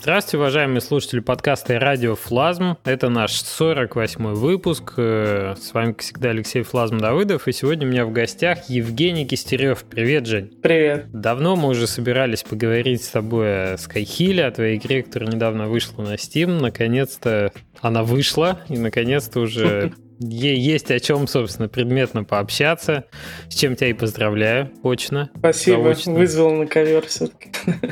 Здравствуйте, уважаемые слушатели подкаста «Радио Флазм». Это наш 48-й выпуск. С вами, как всегда, Алексей Флазм-Давыдов. И сегодня у меня в гостях Евгений Кистерев. Привет, Жень. Привет. Давно мы уже собирались поговорить с тобой о Skyhill, о твоей игре, которая недавно вышла на Steam. Наконец-то она вышла, и наконец-то уже... Есть о чем, собственно, предметно пообщаться, с чем тебя и поздравляю, очно. Спасибо, вызвал на ковер все-таки.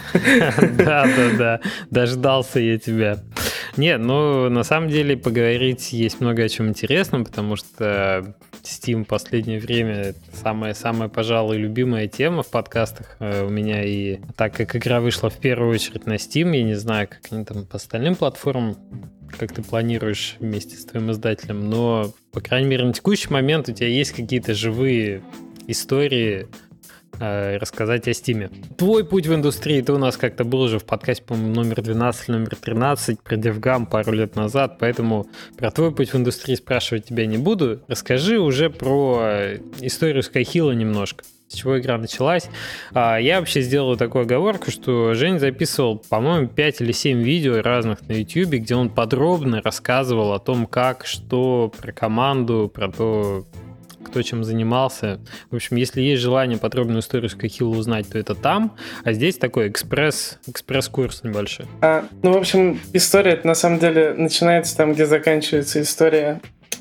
Да, дождался я тебя. Нет, ну, на самом деле, поговорить есть много о чем интересном, потому что Steam в последнее время самая, пожалуй, любимая тема в подкастах у меня, и так как игра вышла в первую очередь на Steam, я не знаю, как они там по остальным платформам, как ты планируешь вместе с твоим издателем, но, по крайней мере, на текущий момент у тебя есть какие-то живые истории рассказать о Steam. Твой путь в индустрии, ты у нас как-то был уже в подкасте, по-моему, номер 12, номер 13, про DevGam пару лет назад, поэтому про твой путь в индустрии спрашивать тебя не буду. Расскажи уже про историю Skyhill немножко. С чего игра началась. Я вообще сделал такую оговорку, что Жень записывал, по-моему, 5 или 7 видео разных на YouTube, где он подробно рассказывал о том, как, что, про команду, про то, кто чем занимался. В общем, если есть желание подробную историю Skyhill узнать, то это там. А здесь такой экспресс-курс небольшой. В общем, история на самом деле начинается там, где заканчивается история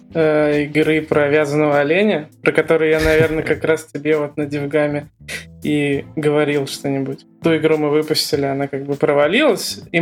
игры про вязаного оленя, про которую я, наверное, как раз тебе вот на DevGam'е и говорил что-нибудь. Ту игру мы выпустили, она как бы провалилась, и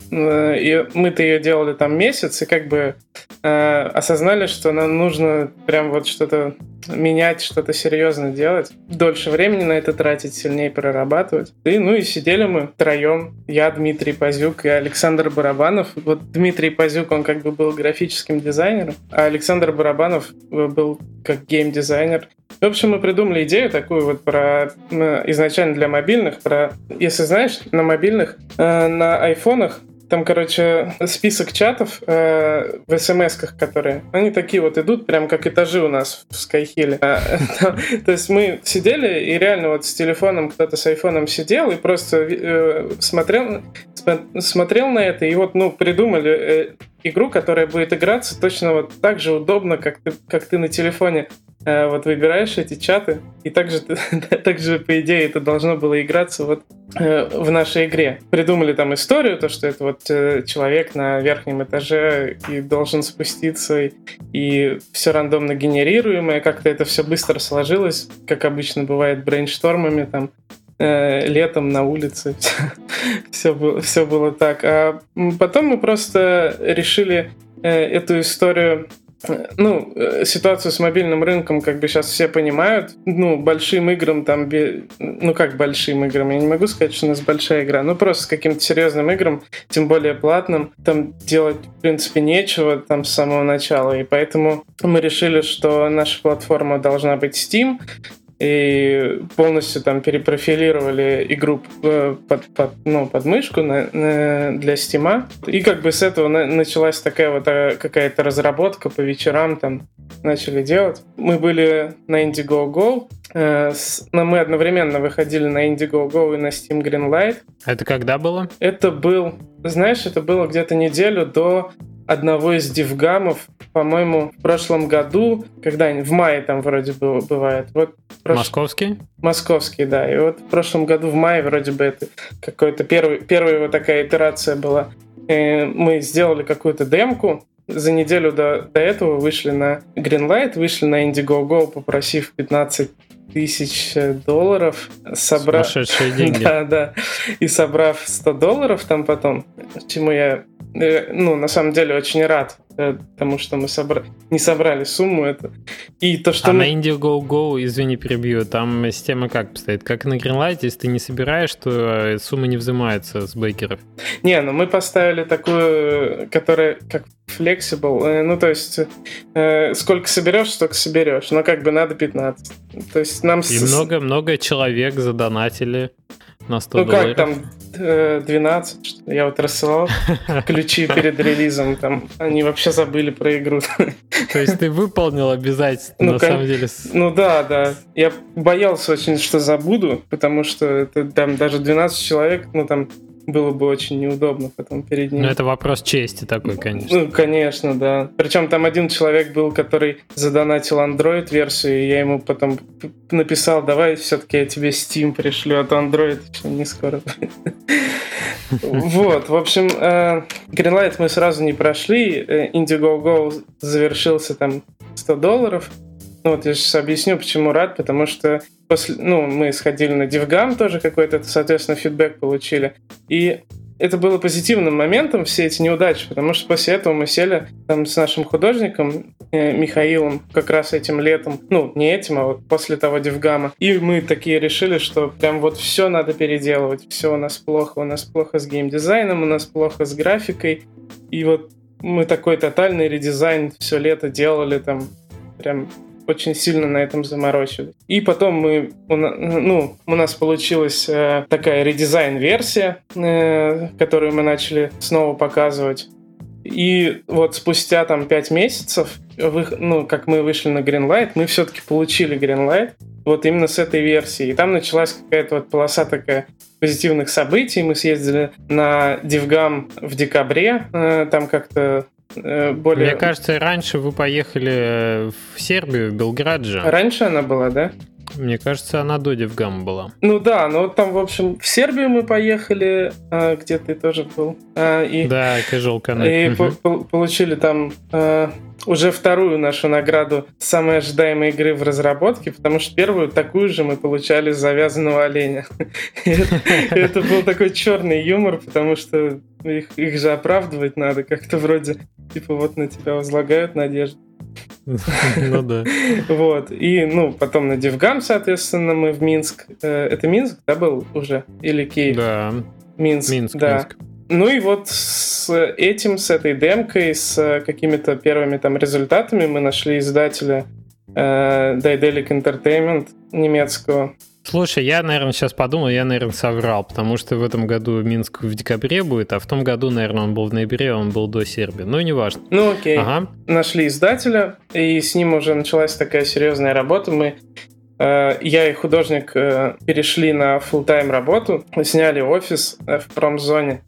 мы-то ее делали там месяц, и как бы осознали, что нам нужно прям вот что-то менять, что-то серьезно делать, дольше времени на это тратить, сильнее прорабатывать. И сидели мы втроем, я, Дмитрий Пазюк и Александр Барабанов. Вот Дмитрий Пазюк, он как бы был графическим дизайнером, а Александр Барабанов был как геймдизайнер. В общем, мы придумали идею такую вот про изначально для мобильных, если знаешь, на мобильных, на айфонах, там, короче, список чатов в смс-ках, которые, они такие вот идут, прям как этажи у нас в Skyhill. То есть мы сидели, и реально вот с телефоном, кто-то с айфоном сидел и просто смотрел на это, и вот, придумали игру, которая будет играться точно вот так же удобно, как ты на телефоне вот выбираешь эти чаты, и также, по идее, это должно было играться вот в нашей игре. Придумали там историю, то, что это вот человек на верхнем этаже и должен спуститься, и все рандомно генерируемое, как-то это все быстро сложилось, как обычно бывает брейнштормами там, летом на улице. Все было так. А потом мы просто решили эту историю, ситуацию с мобильным рынком, как бы сейчас все понимают, большим играм там, как большим играм, я не могу сказать, что у нас большая игра, просто с каким-то серьезным играм, тем более платным, там делать, в принципе, нечего там с самого начала, и поэтому мы решили, что наша платформа должна быть Steam, и полностью там перепрофилировали игру под мышку для Steam. И как бы с этого началась такая вот какая-то разработка по вечерам там начали делать. Мы были на Indiegogo. Мы одновременно выходили на Indiegogo и на Steam Greenlight. Это когда было? Это было где-то неделю до одного из DevGam'ов, по-моему, в прошлом году, когда-нибудь, в мае там вроде бы бывает. Московский? Московский, да. И вот в прошлом году в мае вроде бы это какой-то первая вот такая итерация была. Мы сделали какую-то демку. За неделю до этого вышли на Greenlight, вышли на Indiegogo, попросив $15 тысяч. Сумасшедшие деньги. Да. И собрав $100 там потом, чему я, на самом деле очень рад, потому что мы не собрали сумму это. И то, что на Indiegogo, извини, перебью, там система как стоит? Как на Greenlight, если ты не собираешь, то сумма не взимается с бэкеров? Не, мы поставили такую, которая как flexible, то есть сколько соберешь, столько соберешь, но как бы надо 15. То есть нам... И много человек задонатили на $100. Как там, 12, что я вот рассылал ключи перед релизом, там они вообще забыли про игру. То есть ты выполнил обязательно, на самом деле? Да. Я боялся очень, что забуду, потому что это там даже 12 человек, было бы очень неудобно потом перед ним. Ну, это вопрос чести такой, конечно. Ну, конечно, да. Причем там один человек был, который задонатил Android-версию, и я ему потом написал, давай все-таки я тебе Steam пришлю, а то Android еще не скоро. Вот, в общем, Greenlight мы сразу не прошли, Indiegogo завершился там $100. Ну вот я сейчас объясню, почему рад, потому что мы сходили на DevGam тоже какой-то, соответственно, фидбэк получили. И это было позитивным моментом, все эти неудачи, потому что после этого мы сели там с нашим художником Михаилом как раз этим летом, не этим, а вот после того DevGam'а, и мы такие решили, что прям вот все надо переделывать, все у нас плохо с геймдизайном, у нас плохо с графикой, и вот мы такой тотальный редизайн все лето делали там прям очень сильно на этом заморочились. И потом у нас получилась такая редизайн-версия, которую мы начали снова показывать. И вот спустя там 5 месяцев, как мы вышли на Greenlight, мы все-таки получили Greenlight вот именно с этой версии. И там началась какая-то вот полоса такая позитивных событий. Мы съездили на DevGam в декабре, там как-то более... Мне кажется, раньше вы поехали в Сербию, в Белград же. Раньше она была, да? Мне кажется, она до DevGam была. Ну да, вот там, в общем, в Сербию мы поехали, где ты тоже был. Да, Casual Connect. И получили там уже вторую нашу награду самой ожидаемой игры в разработке, потому что первую такую же мы получали за «Вязаного оленя». Это был такой черный юмор, потому что их же оправдывать надо как-то вроде, типа вот на тебя возлагают надежду. Ну да. Вот. И, потом на DevGam, соответственно, мы в Минск. Это Минск, да, был уже? Или Киев? Да. Минск, да. Минск. Ну и вот с этой демкой, с какими-то первыми там результатами мы нашли издателя Daedalic Entertainment немецкого. Слушай, я, наверное, сейчас подумал, я, наверное, соврал, потому что в этом году Минск в декабре будет, а в том году, наверное, он был в ноябре, он был до Сербии. Ну, неважно. Ну, окей. Ага. Нашли издателя, и с ним уже началась такая серьезная работа. Я и художник перешли на фулл-тайм работу, сняли офис в промзоне.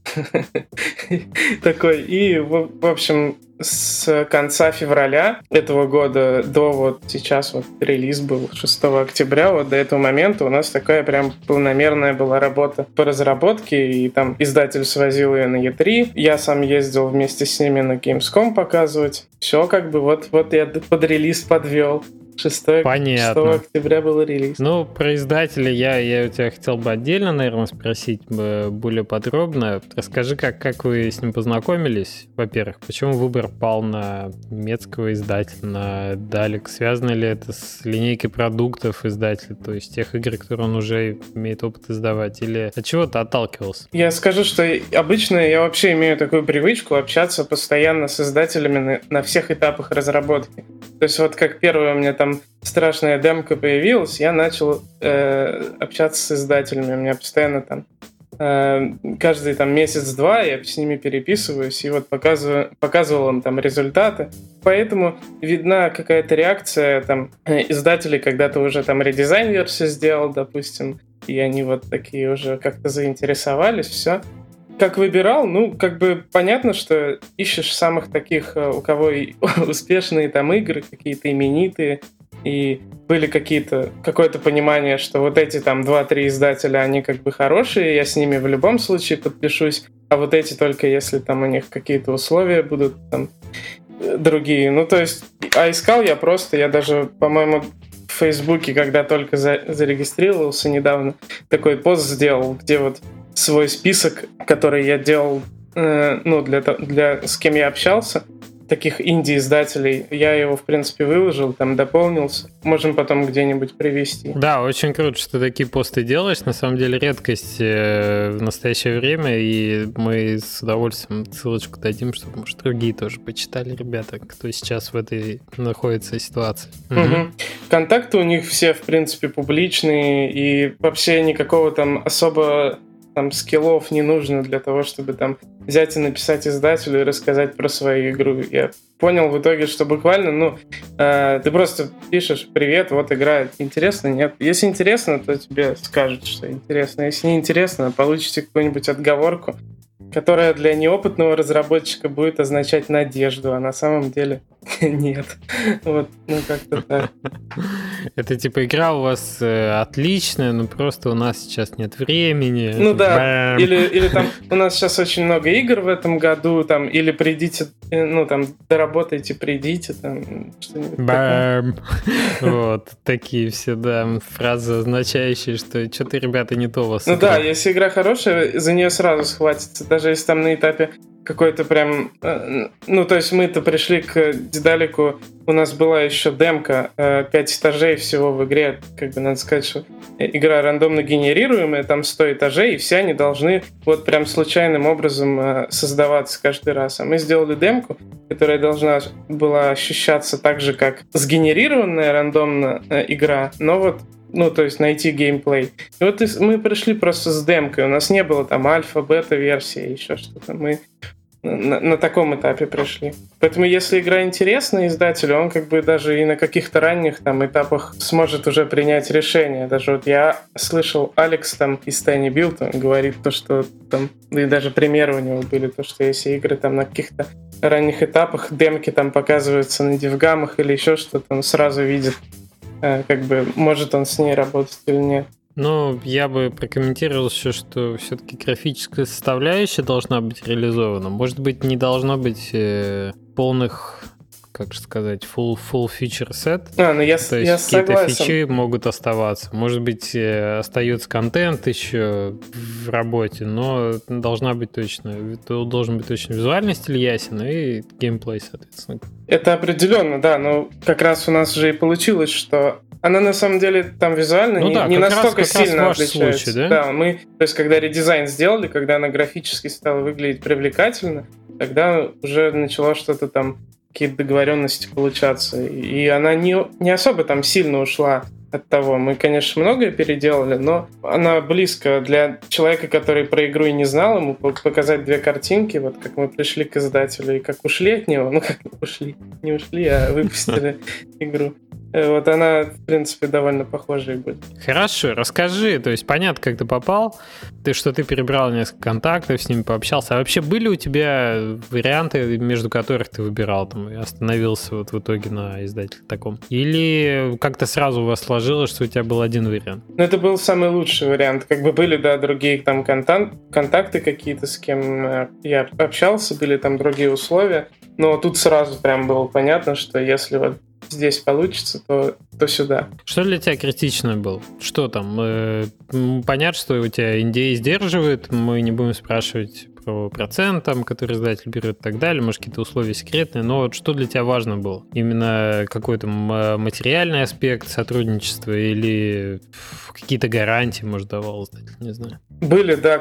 Такой. И, в общем, с конца февраля этого года до вот сейчас вот релиз был 6 октября, вот до этого момента у нас такая прям полномерная была работа по разработке, и там издатель свозил ее на E3, я сам ездил вместе с ними на Gamescom показывать. Все как бы вот я под релиз подвел. 6 октября был релиз. Ну, про издателя я у тебя хотел бы отдельно, наверное, спросить более подробно. Расскажи, как вы с ним познакомились, во-первых. Почему выбор пал на немецкого издателя, на Daedalic? Связано ли это с линейкой продуктов издателя, то есть тех игр, которые он уже имеет опыт издавать? Или от чего ты отталкивался? Я скажу, что обычно я вообще имею такую привычку общаться постоянно с издателями на всех этапах разработки. То есть вот как первое у меня там страшная демка появилась, я начал общаться с издателями. У меня постоянно там каждый там месяц-два я с ними переписываюсь и вот показывал им там результаты. Поэтому видна какая-то реакция там издателей, когда ты уже там редизайн-версию сделал, допустим, и они вот такие уже как-то заинтересовались, все. Как выбирал, как бы понятно, что ищешь самых таких, у кого успешные там игры, какие-то именитые, и были какое-то понимание, что вот эти там 2-3 издателя, они как бы хорошие, я с ними в любом случае подпишусь, а вот эти только если там у них какие-то условия будут там другие. То есть, искал я даже, по-моему, в Фейсбуке, когда только зарегистрировался недавно, такой пост сделал, где вот свой список, который я делал, с кем я общался, таких инди-издателей, я его, в принципе, выложил, там дополнился. Можем потом где-нибудь привести. Да, очень круто, что ты такие посты делаешь. На самом деле редкость в настоящее время, и мы с удовольствием ссылочку дадим, чтобы, может, другие тоже почитали, ребята, кто сейчас в этой находится ситуации. Угу. Контакты у них все, в принципе, публичные, и вообще никакого там особо там скиллов не нужно для того, чтобы там взять и написать издателю и рассказать про свою игру. Я понял в итоге, что буквально, ты просто пишешь: привет, вот игра, интересно, нет? Если интересно, то тебе скажут, что интересно. Если не интересно, получите какую-нибудь отговорку, которая для неопытного разработчика будет означать надежду, а на самом деле нет. Вот, как-то так. Это типа игра у вас отличная, но просто у нас сейчас нет времени. Да, или там у нас сейчас очень много игр в этом году, там, или придите, доработайте, придите, там, что-нибудь такое. Вот, такие все, да, фразы, означающие, что что-то, ребята, не то у вас. Да, если игра хорошая, за нее сразу схватится, даже если там на этапе какой-то прям... то есть мы-то пришли к Дедалику, у нас была еще демка, 5 этажей всего в игре, как бы надо сказать, что игра рандомно генерируемая, там 100 этажей, и все они должны вот прям случайным образом создаваться каждый раз. А мы сделали демку, которая должна была ощущаться так же, как сгенерированная рандомно игра, но вот то есть найти геймплей. И вот мы пришли просто с демкой. У нас не было там альфа, бета-версии, еще что-то. Мы на таком этапе пришли. Поэтому если игра интересна издателю, он как бы даже и на каких-то ранних там этапах сможет уже принять решение. Даже вот я слышал, Алекс там из Tiny Build, он говорит то, что там, и даже примеры у него были, то, что если игры там на каких-то ранних этапах, демки там показываются на дивгамах или еще что-то, он сразу видит, как бы, может он с ней работать или нет. Ну, я бы прокомментировал еще, что все-таки графическая составляющая должна быть реализована. Может быть, не должно быть полных, как же сказать, full feature set. То есть какие-то фичи могут оставаться. Может быть, остается контент еще в работе, но должен быть точно визуальный стиль ясен и геймплей, соответственно. Это определенно, да, но как раз у нас же и получилось, что она на самом деле там визуально не настолько сильно отличается. Случай, да? Да, то есть когда редизайн сделали, когда она графически стала выглядеть привлекательно, тогда уже начало что-то там, какие-то договоренности получаться. И она не особо там сильно ушла от того. Мы, конечно, многое переделали, но она близко для человека, который про игру и не знал, ему показать 2 картинки, вот как мы пришли к издателю и как ушли от него. Не ушли, а выпустили игру. Вот она, в принципе, довольно похожая будет. Хорошо, расскажи, то есть понятно, как ты попал, что ты перебрал несколько контактов, с ними пообщался, а вообще были у тебя варианты, между которых ты выбирал там и остановился вот в итоге на издателе таком? Или как-то сразу у вас сложилось, что у тебя был один вариант? Ну, это был самый лучший вариант. Как бы были, да, другие там контакты какие-то, с кем я общался, были там другие условия, но тут сразу прям было понятно, что если вот здесь получится, то сюда. Что для тебя критично было? Что там? Понятно, что у тебя NDA сдерживает, мы не будем спрашивать про процент, там, который издатель берет и так далее, может, какие-то условия секретные, но вот что для тебя важно было? Именно какой-то материальный аспект сотрудничества или какие-то гарантии, может, давал издатель, не знаю. Были, да,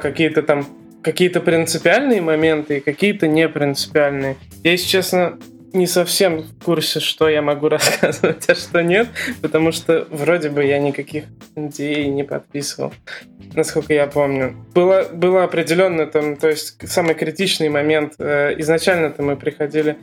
какие-то принципиальные моменты и какие-то непринципиальные. Я, если честно, не совсем в курсе, что я могу рассказывать, а что нет, потому что вроде бы я никаких NDA не подписывал, насколько я помню. Было определенно там, то есть самый критичный момент. Изначально-то мы приходили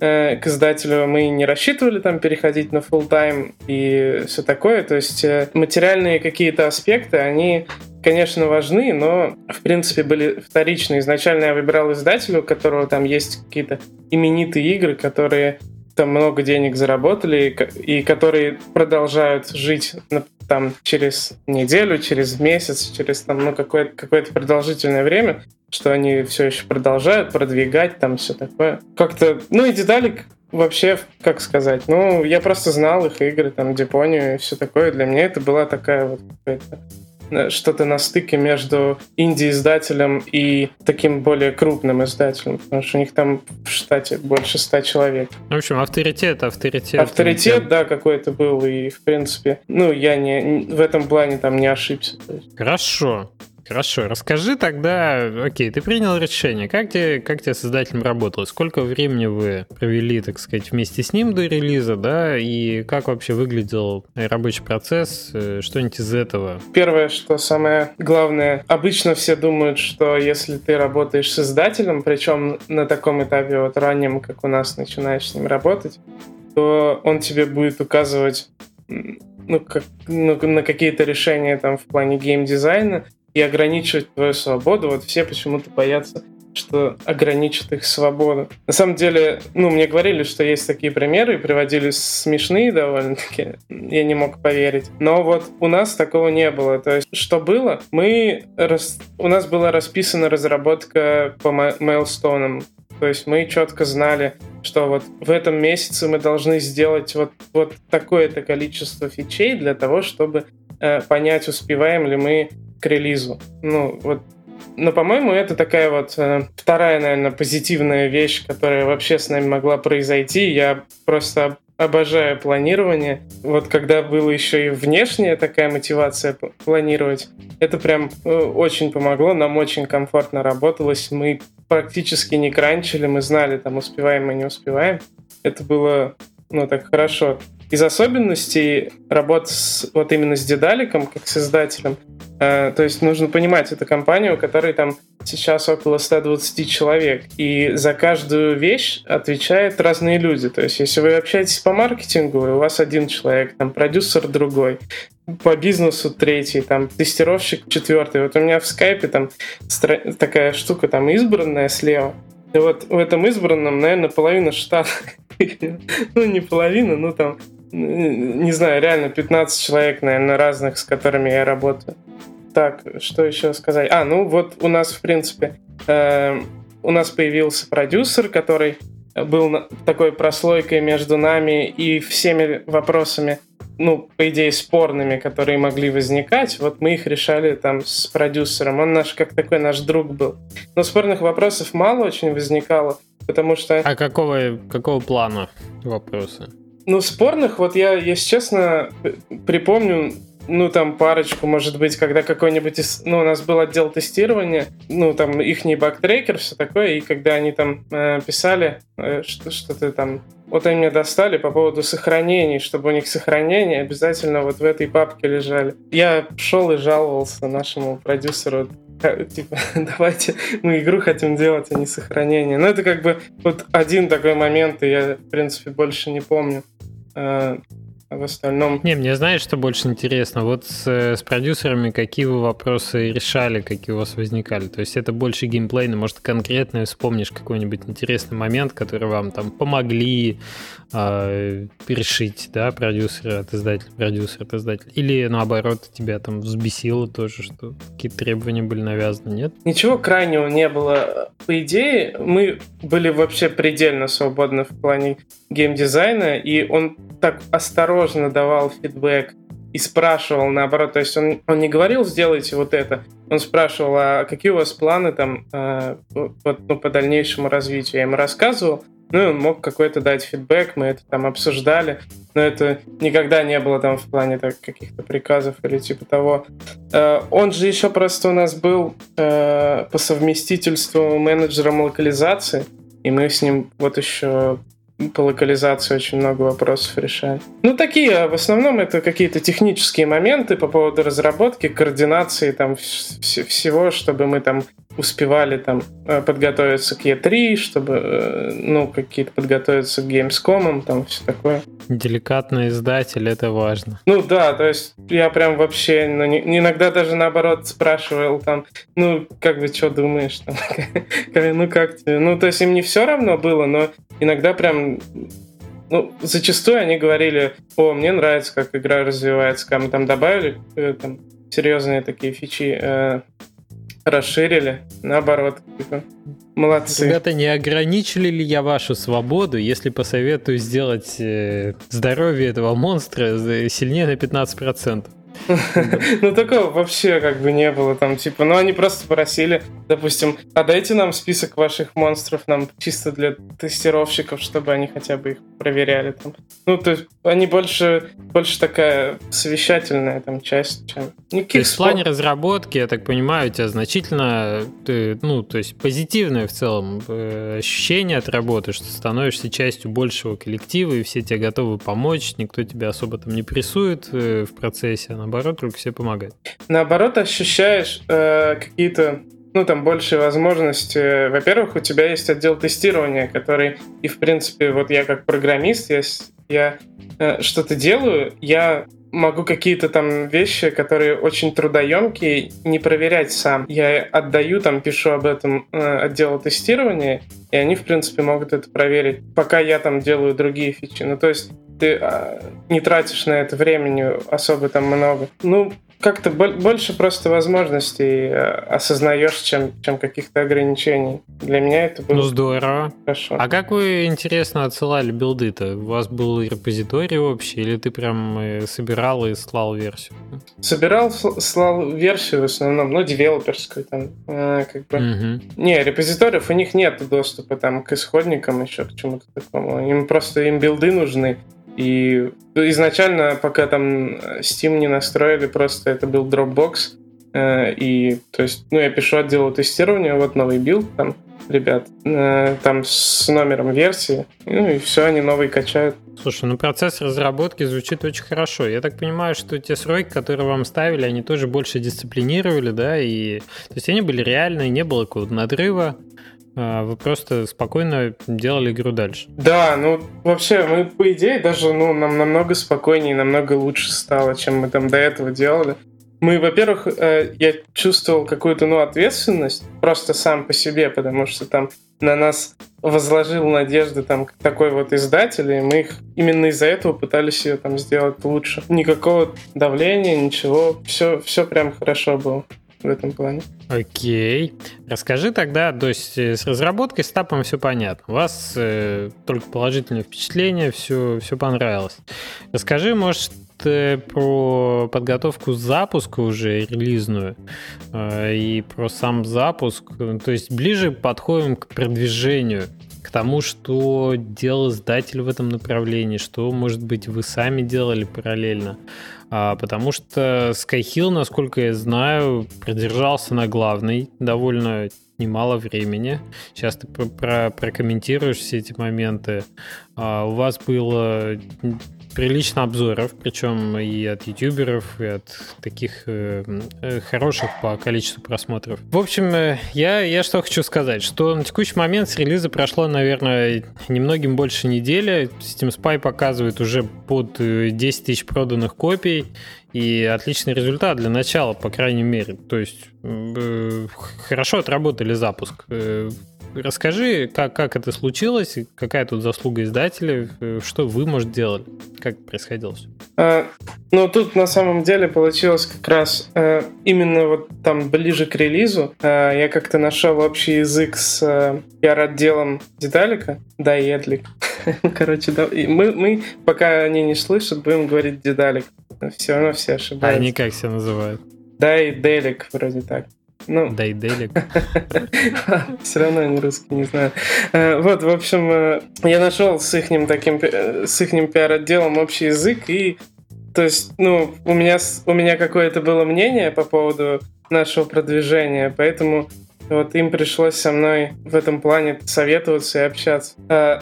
к издателю, мы не рассчитывали там переходить на full-time и все такое, то есть материальные какие-то аспекты, они, конечно, важны, но, в принципе, были вторичные. Изначально я выбирал издателя, у которого там есть какие-то именитые игры, которые там много денег заработали и которые продолжают жить там через неделю, через месяц, через там, какое-то продолжительное время, что они все еще продолжают продвигать, там все такое. Как-то, и Дедалик вообще, как сказать, я просто знал их игры, там, Депонию и все такое. Для меня это была такая вот какая-то что-то на стыке между инди-издателем и таким более крупным издателем, потому что у них там в штате больше 100 человек. В общем, авторитет. Авторитет, да, какой-то был, и, в принципе, я в этом плане там не ошибся. Хорошо. Хорошо, расскажи тогда, окей, ты принял решение, как тебе с создателем работалось, сколько времени вы провели, так сказать, вместе с ним до релиза, да, и как вообще выглядел рабочий процесс, что-нибудь из этого? Первое, что самое главное, обычно все думают, что если ты работаешь с издателем, причем на таком этапе вот раннем, как у нас, начинаешь с ним работать, то он тебе будет указывать на какие-то решения там в плане геймдизайна и ограничивать твою свободу. Вот все почему-то боятся, что ограничат их свободу. На самом деле, мне говорили, что есть такие примеры, и приводили смешные довольно-таки. Я не мог поверить. Но вот у нас такого не было. То есть, что было? У нас была расписана разработка по мейлстоунам. То есть мы четко знали, что вот в этом месяце мы должны сделать вот такое-то количество фичей для того, чтобы понять, успеваем ли мы к релизу. Но, по-моему, это такая вот вторая, наверное, позитивная вещь, которая вообще с нами могла произойти. Я просто обожаю планирование. Вот когда была еще и внешняя такая мотивация планировать, это прям очень помогло, нам очень комфортно работалось. Мы практически не кранчили, мы знали, там, успеваем мы, не успеваем. Это было, так хорошо. Из особенностей работы именно с Дедаликом, как с издателем, то есть нужно понимать, это компания, у которой там сейчас около 120 человек, и за каждую вещь отвечают разные люди. То есть если вы общаетесь по маркетингу, у вас один человек, там продюсер другой, по бизнесу третий, там тестировщик четвертый. Вот у меня в скайпе там такая штука, там избранная слева. И вот в этом избранном, наверное, половина штата. Не половина, там, не знаю, реально 15 человек, наверное, разных, с которыми я работаю. Так, что еще сказать? У нас, в принципе, у нас появился продюсер, который был такой прослойкой между нами и всеми вопросами, по идее, спорными, которые могли возникать. Вот мы их решали там с продюсером. Он наш друг был. Но спорных вопросов мало очень возникало, потому что... А какого плана вопросы? Спорных, я, если честно, припомню, там парочку, может быть, когда какой-нибудь у нас был отдел тестирования, там ихний бактрекер, все такое, и когда они там писали что-то там, вот они мне достали по поводу сохранений, чтобы у них сохранения обязательно вот в этой папке лежали. Я шел и жаловался нашему продюсеру, типа, давайте, мы игру хотим делать, а не сохранение. Это как бы вот один такой момент, и я, в принципе, больше не помню. В остальном... Мне знаешь, что больше интересно? Вот с продюсерами какие вы вопросы решали, какие у вас возникали? То есть это больше геймплейно, может, конкретно вспомнишь какой-нибудь интересный момент, который вам там помогли решить, да, продюсер от издателя? Или наоборот, тебя там взбесило тоже, что какие-то требования были навязаны, нет? Ничего крайнего не было. По идее, мы были вообще предельно свободны в плане геймдизайна, и он так осторожно давал фидбэк и спрашивал наоборот, то есть он не говорил, сделайте вот это, он спрашивал, а какие у вас планы там по дальнейшему развитию. Я ему рассказывал, и он мог какой-то дать фидбэк, мы это там обсуждали, но это никогда не было там в плане каких-то приказов или типа того. Он же еще просто у нас был по совместительству менеджером локализации, и мы с ним вот еще по локализации очень много вопросов решаем. Такие, в основном это какие-то технические моменты по поводу разработки, координации там всего, чтобы мы там успевали там подготовиться к E3, чтобы какие-то подготовиться к Gamescom, там все такое. Деликатный издатель, это важно. Да, то есть я прям вообще иногда даже наоборот спрашивал там, как бы, что думаешь там, как тебе? То есть им не все равно было, но иногда прям, зачастую они говорили, мне нравится, как игра развивается, когда мы там добавили там серьезные такие фичи, расширили, наоборот, типа, молодцы. Ребята, не ограничили ли я вашу свободу, если посоветую сделать здоровье этого монстра сильнее на 15%? Ну, такого вообще как бы не было там, типа, ну, они просто просили, допустим, а дайте нам список ваших монстров, нам чисто для тестировщиков, чтобы они хотя бы их проверяли там. Ну, то есть они больше такая совещательная там часть, чем... То есть в плане разработки, я так понимаю, у тебя значительно, ну, то есть позитивное в целом ощущение от работы, что становишься частью большего коллектива, и все тебе готовы помочь, никто тебя особо там не прессует в процессе, а наоборот, только все помогают. Наоборот, ощущаешь какие-то, ну, там, большие возможности. Во-первых, у тебя есть отдел тестирования, который, и, в принципе, вот я как программист, я что-то делаю, я могу какие-то там вещи, которые очень трудоемкие, не проверять сам. Я отдаю, там, пишу об этом отделу тестирования, и они, в принципе, могут это проверить, пока я там делаю другие фичи. Ну, то есть ты не тратишь на это времени особо там много. Ну, как-то больше просто возможностей осознаешь, чем каких-то ограничений. Для меня это было здорово. Хорошо. А как вы, интересно, отсылали билды-то? У вас был репозиторий общий, или ты прям собирал и слал версию? Собирал, слал версию в основном, ну, девелоперскую там, как бы. Не, репозиториев у них нет доступа там к исходникам, еще к чему-то такому. Им билды нужны. И изначально, пока там Steam не настроили, просто это был Dropbox. И, то есть, ну, я пишу отделу тестирования, вот новый билд там, ребят, там с номером версии, ну, и все, они новые качают. Слушай, ну процесс разработки звучит очень хорошо. Я так понимаю, что те сроки, которые вам ставили, они тоже больше дисциплинировали, да, и то есть они были реальные, не было какого-то надрыва. Вы просто спокойно делали игру дальше. Да, ну вообще мы, по идее, даже нам намного спокойнее, намного лучше стало, чем мы там до этого делали. Мы, во-первых, я чувствовал какую-то ответственность просто сам по себе, потому что там на нас возложил надежды там такой вот издатель, и мы их именно из-за этого пытались ее там сделать лучше. Никакого давления, ничего, все прям хорошо было в этом плане. Окей. Расскажи тогда, то есть с разработкой, с этапом все понятно. У вас только положительное впечатление, все понравилось. Расскажи, может, про подготовку запуска уже релизную и про сам запуск. То есть ближе подходим к продвижению, к тому, что делал издатель в этом направлении, что, может быть, вы сами делали параллельно. Потому что Skyhill, насколько я знаю, продержался на главной довольно немало времени. Сейчас ты прокомментируешь все эти моменты. У вас было прилично обзоров, причем и от ютуберов, и от таких хороших по количеству просмотров. В общем, я что хочу сказать, что на текущий момент с релиза прошло, наверное, немногим больше недели. Steam Spy показывает уже под 10 тысяч проданных копий, и отличный результат для начала, по крайней мере. То есть хорошо отработали запуск. Расскажи, как это случилось, какая тут заслуга издателя, что вы, может, делали, как происходило все? Ну, тут на самом деле получилось как раз именно вот там ближе к релизу. Я как-то нашел общий язык с пиар-отделом Дедалика, Дайедлик. Короче, да, мы, пока они не слышат, будем говорить Дедалик. Все равно все ошибаются. А они как себя называют? Дайделик, вроде так. Дайделик. Все равно они русские, не знаю. Вот, в общем, я нашел с ихним пиар-отделом общий язык, и то есть, у меня какое-то было мнение по поводу нашего продвижения, поэтому вот им пришлось со мной в этом плане советоваться и общаться.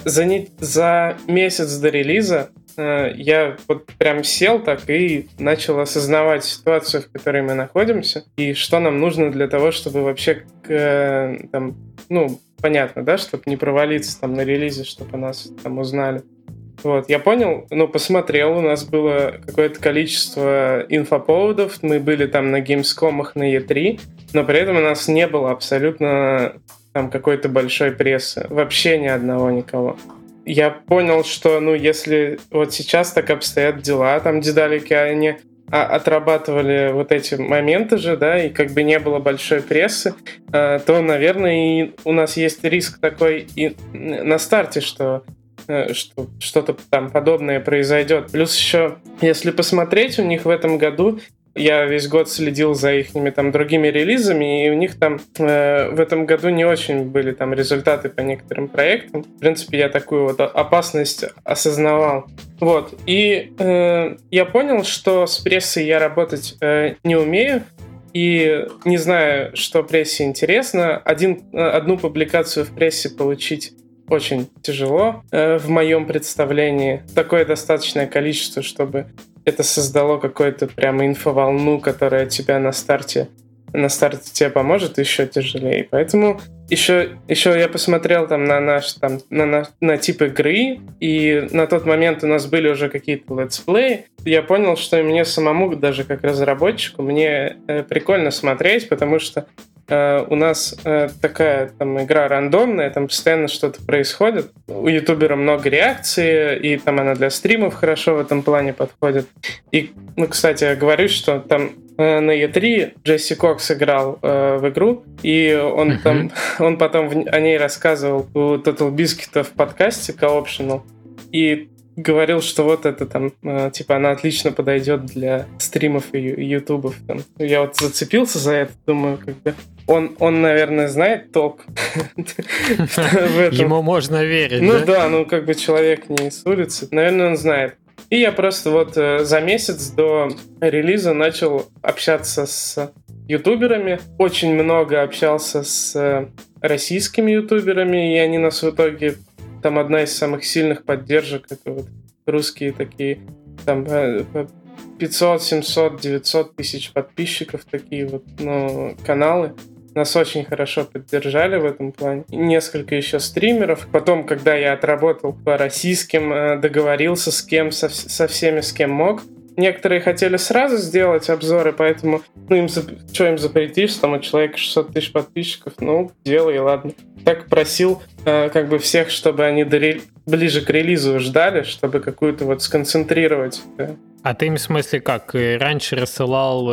За месяц до релиза я вот прям сел так и начал осознавать ситуацию, в которой мы находимся, и что нам нужно для того, чтобы вообще понятно, да, чтобы не провалиться там на релизе, чтобы о нас там узнали. Вот, я понял, посмотрел, у нас было какое-то количество инфоповодов, мы были там на Gamescom'ах, на E3, но при этом у нас не было абсолютно там какой-то большой прессы, вообще ни одного никого. Я понял, что, если вот сейчас так обстоят дела, там Дедалики, они отрабатывали вот эти моменты же, да, и как бы не было большой прессы, то, наверное, и у нас есть риск такой и на старте, что что-то там подобное произойдет. Плюс еще, если посмотреть, у них в этом году я весь год следил за их там другими релизами, и у них там в этом году не очень были там результаты по некоторым проектам. В принципе, я такую вот опасность осознавал. Вот. И я понял, что с прессой я работать не умею, и не знаю, что прессе интересно. Одну публикацию в прессе получить очень тяжело в моем представлении. Такое достаточное количество, чтобы это создало какую-то прямо инфоволну, которая тебя на старте тебе поможет, еще тяжелее. Поэтому еще я посмотрел там на тип игры, и на тот момент у нас были уже какие-то летсплеи. Я понял, что мне самому, даже как разработчику, мне прикольно смотреть, потому что у нас такая там игра рандомная, там постоянно что-то происходит. У ютубера много реакций, и там она для стримов хорошо в этом плане подходит. И, кстати, я говорю, что там на E3 Джесси Кокс играл в игру, и он потом о ней рассказывал у Total Biscuit в подкасте Co-optional, и говорил, что вот это там, типа, она отлично подойдет для стримов и ютубов. Там. Я вот зацепился за это, думаю, как бы он, наверное, знает толк в этом. Ему можно верить, ну да, как бы человек не с улицы, наверное, он знает. И я просто вот за месяц до релиза начал общаться с ютуберами. Очень много общался с российскими ютуберами, и они нас в итоге... Там одна из самых сильных поддержек, это вот русские такие, там 500, 700, 900 тысяч подписчиков, такие вот, каналы. Нас очень хорошо поддержали в этом плане. И несколько еще стримеров. Потом, когда я отработал по российским, договорился с кем, со всеми, с кем мог. Некоторые хотели сразу сделать обзоры, поэтому, что им запретишь, там у человека 600 тысяч подписчиков, делай, ладно. Так просил как бы всех, чтобы они ближе к релизу ждали, чтобы какую-то вот сконцентрировать. Да. А ты им в смысле как? Раньше рассылал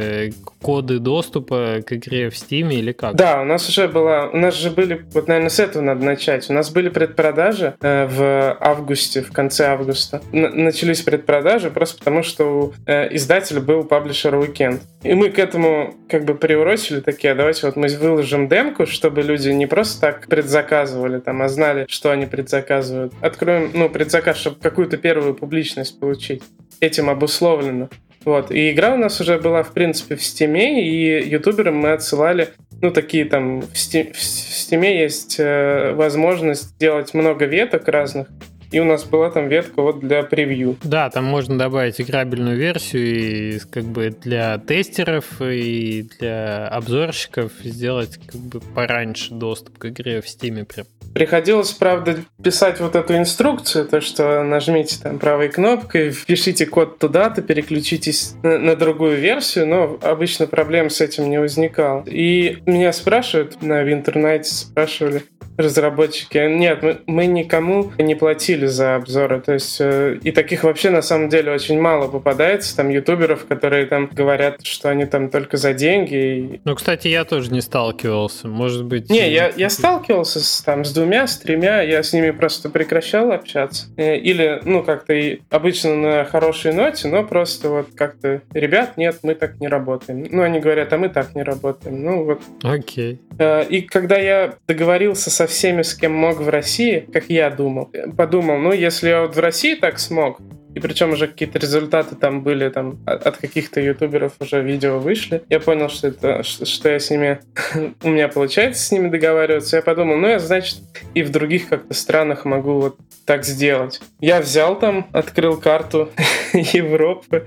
коды доступа к игре в Steam или как? Да, у нас же были, вот, наверное, с этого надо начать. У нас были предпродажи в августе, в конце августа. Начались предпродажи просто потому, что у издателя был паблишер Weekend. И мы к этому как бы приурочили такие, давайте вот мы выложим демку, чтобы люди не просто так предзаказывали там, а знали, что они предзаказывают. Откроем, предзаказ, чтобы какую-то первую публичность получить. Этим обусловлено. Вот. И игра у нас уже была, в принципе, в Стиме, и ютуберам мы отсылали, такие там... В Стиме есть возможность делать много веток разных, и у нас была там ветка вот для превью. Да, там можно добавить играбельную версию и как бы для тестеров и для обзорщиков сделать как бы пораньше доступ к игре в Steam. Приходилось, правда, писать вот эту инструкцию, то, что нажмите там правой кнопкой, впишите код туда-то, переключитесь на другую версию, но обычно проблем с этим не возникало. И меня спрашивают, в интернете спрашивали разработчики, нет, мы никому не платили за обзоры, то есть и таких вообще на самом деле очень мало попадается, там ютуберов, которые там говорят, что они там только за деньги. Кстати, я тоже не сталкивался, может быть... Не, я сталкивался с 2, с 3, я с ними просто прекращал общаться. Или, как-то обычно на хорошей ноте, но просто вот как-то, ребят, нет, мы так не работаем. Они говорят, а мы так не работаем. Окей. И когда я договорился со всеми, с кем мог в России, как я подумал, если я вот в России так смог, и причем уже какие-то результаты там были, там от каких-то ютуберов уже видео вышли, я понял, что я с ними, у меня получается с ними договариваться. Я подумал, я, значит, и в других как-то странах могу вот так сделать. Я взял там, открыл карту Европы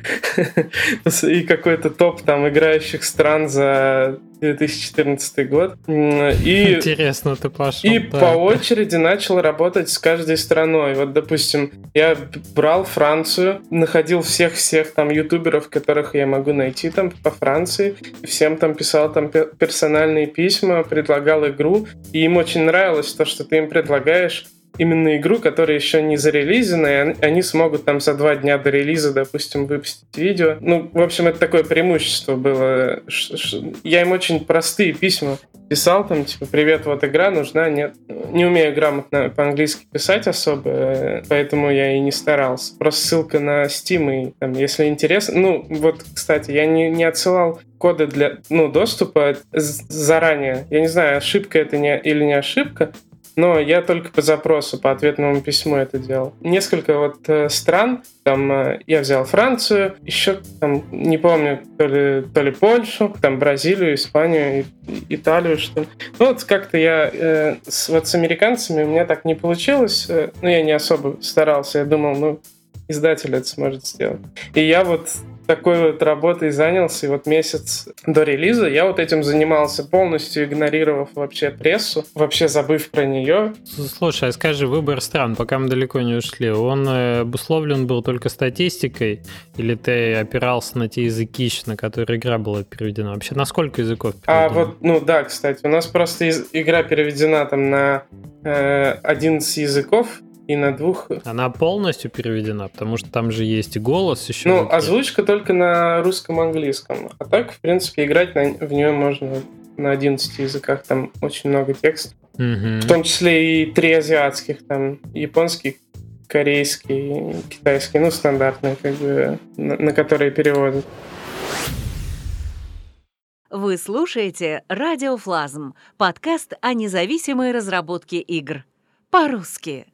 и какой-то топ там играющих стран за 2014 год. И, интересно, ты пошел. И по очереди начал работать с каждой страной. Вот, допустим, я брал Францию, находил всех там ютуберов, которых я могу найти там по Франции, всем там писал там персональные письма, предлагал игру, и им очень нравилось то, что ты им предлагаешь именно игру, которая еще не зарелизена, и они смогут там за 2 дня до релиза, допустим, выпустить видео. Ну, в общем, это такое преимущество было. Я им очень простые письма писал, там, типа, привет, вот игра нужна, нет. Не умею грамотно по-английски писать особо, поэтому я и не старался. Просто ссылка на Steam, и там, если интересно... Ну, вот, кстати, я не отсылал коды для доступа заранее. Я не знаю, ошибка это или не ошибка, но я только по запросу, по ответному письму это делал. Несколько вот стран, там я взял Францию, еще там, не помню, то ли Польшу, там Бразилию, Испанию, Италию, что ли. Ну вот как-то я вот с американцами у меня так не получилось, я не особо старался, я думал, издатель это сможет сделать. И я вот такой вот работой занялся, и вот месяц до релиза я вот этим занимался, полностью игнорировав вообще прессу, вообще забыв про нее. Слушай, а скажи, выбор стран, пока мы далеко не ушли, он обусловлен был только статистикой, или ты опирался на те языки, на которые игра была переведена? Вообще, на сколько языков переведена? Да, кстати, у нас просто игра переведена там на 11 языков, и на 2... Она полностью переведена? Потому что там же есть и голос еще. Озвучка только на русском и английском. А так, в принципе, играть в нее можно на 11 языках. Там очень много текста. Угу. В том числе и 3 азиатских. Там японский, корейский, китайский. Стандартные, как бы, на которые переводят. Вы слушаете «Радиофлазм» — подкаст о независимой разработке игр. По-русски.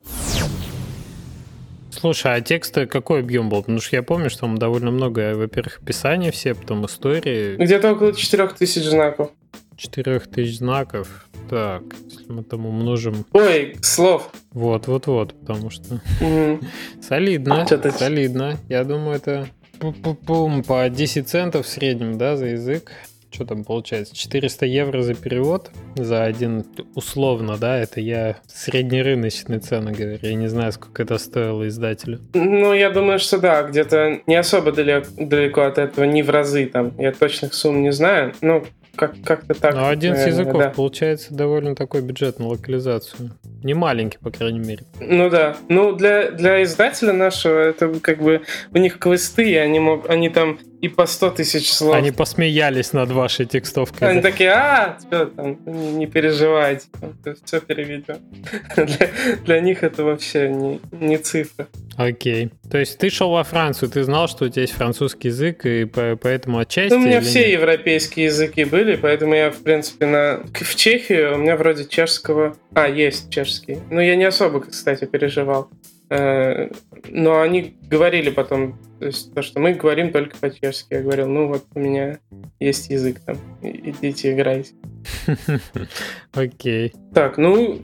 Слушай, а текста какой объем был? Потому что я помню, что там довольно много, во-первых, описания все, потом истории. Где-то около 4000 знаков. 4000 знаков. Так, если мы там умножим... Ой, слов. Вот, потому что... Солидно. Я думаю, это по 10 центов в среднем, да, за язык. Что там получается? 400 евро за перевод, за один, условно, да, это я среднерыночные цены говорю, я не знаю, сколько это стоило издателю. Я думаю, что да, где-то не особо далеко от этого, не в разы там, я точных сумм не знаю, как-то так. 11 языков, да. Получается довольно такой бюджет на локализацию. Не маленький, по крайней мере. Да. Для издателя нашего, это как бы у них квесты, они там и по 100 тысяч слов. Они посмеялись над вашей текстовкой. Они такие, что там, не переживайте, все переведем. Для них это вообще не цифра. Окей. То есть ты шел во Францию, ты знал, что у тебя есть французский язык, и поэтому отчасти... У меня все европейские языки были, поэтому я, в принципе, в Чехию у меня вроде чешского... есть чешский. Я не особо, кстати, переживал. Но они говорили потом, то есть то, что мы говорим только по-чешски. Я говорил, вот у меня есть язык там, идите играйте. Окей. Так,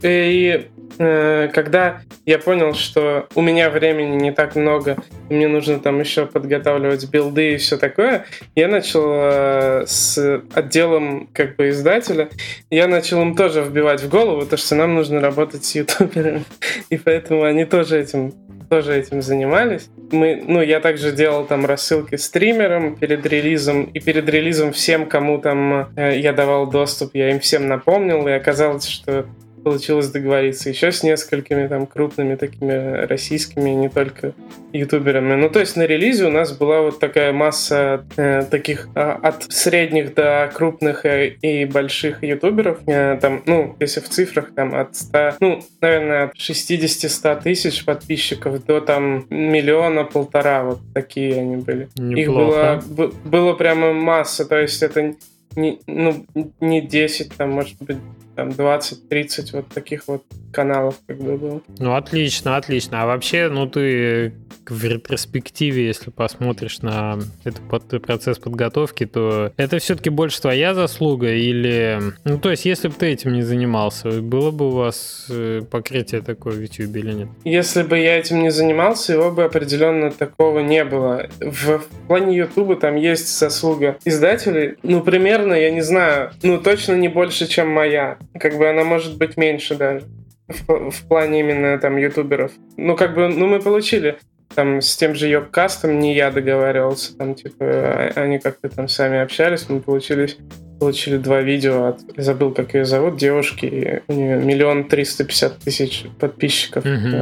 когда я понял, что у меня времени не так много, и мне нужно там еще подготавливать билды и все такое, я начал с отделом как бы издателя, я начал им тоже вбивать в голову то, что нам нужно работать с ютуберами, и поэтому они тоже этим занимались. Я также делал там рассылки стримерам перед релизом, и перед релизом всем, кому там я давал доступ, я им всем напомнил, и оказалось, что получилось договориться еще с несколькими там крупными такими российскими, не только ютуберами. То есть на релизе у нас была вот такая масса таких от средних до крупных и больших ютуберов. Там, если в цифрах, там от 100, наверное, от 60-100 тысяч подписчиков до там 1-1,5 миллиона, вот такие они были. Неплохо. Их было прямо масса, то есть это не 10, там, может быть, там 20-30 вот таких вот каналов как бы было. Отлично. А вообще, ты в ретроспективе, если посмотришь на этот процесс подготовки, то это все-таки больше твоя заслуга или... то есть, если бы ты этим не занимался, было бы у вас покрытие такое в YouTube или нет? Если бы я этим не занимался, его бы определенно такого не было. В плане YouTube там есть заслуга издателей, примерно, я не знаю, точно не больше, чем моя. Как бы она может быть меньше даже. В плане именно там ютуберов. Мы получили там с тем же Йобкастом, не я договаривался, там типа они как-то там сами общались, мы получили получили 2 видео от, забыл, как ее зовут, девушки, у нее 1 350 000 подписчиков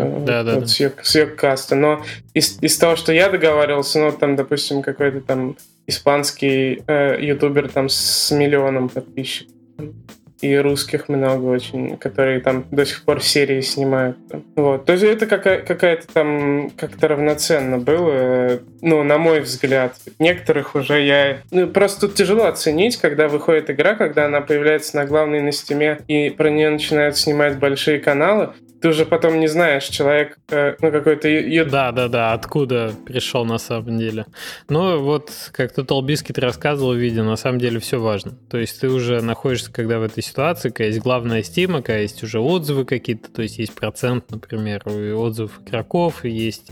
с ее каста. Но из того, что я договаривался, ну, там, допустим, какой-то там испанский ютубер там с 1 миллионом подписчиков. И русских много очень, которые там до сих пор серии снимают. Вот. То есть это какая-то там как-то равноценно было, ну, на мой взгляд. Некоторых уже просто тут тяжело оценить, когда выходит игра, когда она появляется на главной на Стиме, и про нее начинают снимать большие каналы. Ты уже потом не знаешь, человек, ну, какой-то... Да, откуда пришел на самом деле. Ну, вот, как Total Biscuit рассказывал в видео, на самом деле все важно. То есть ты уже находишься, когда в этой ситуации, когда есть главная Steam, когда есть уже отзывы какие-то, то есть есть процент, например, отзывов игроков, есть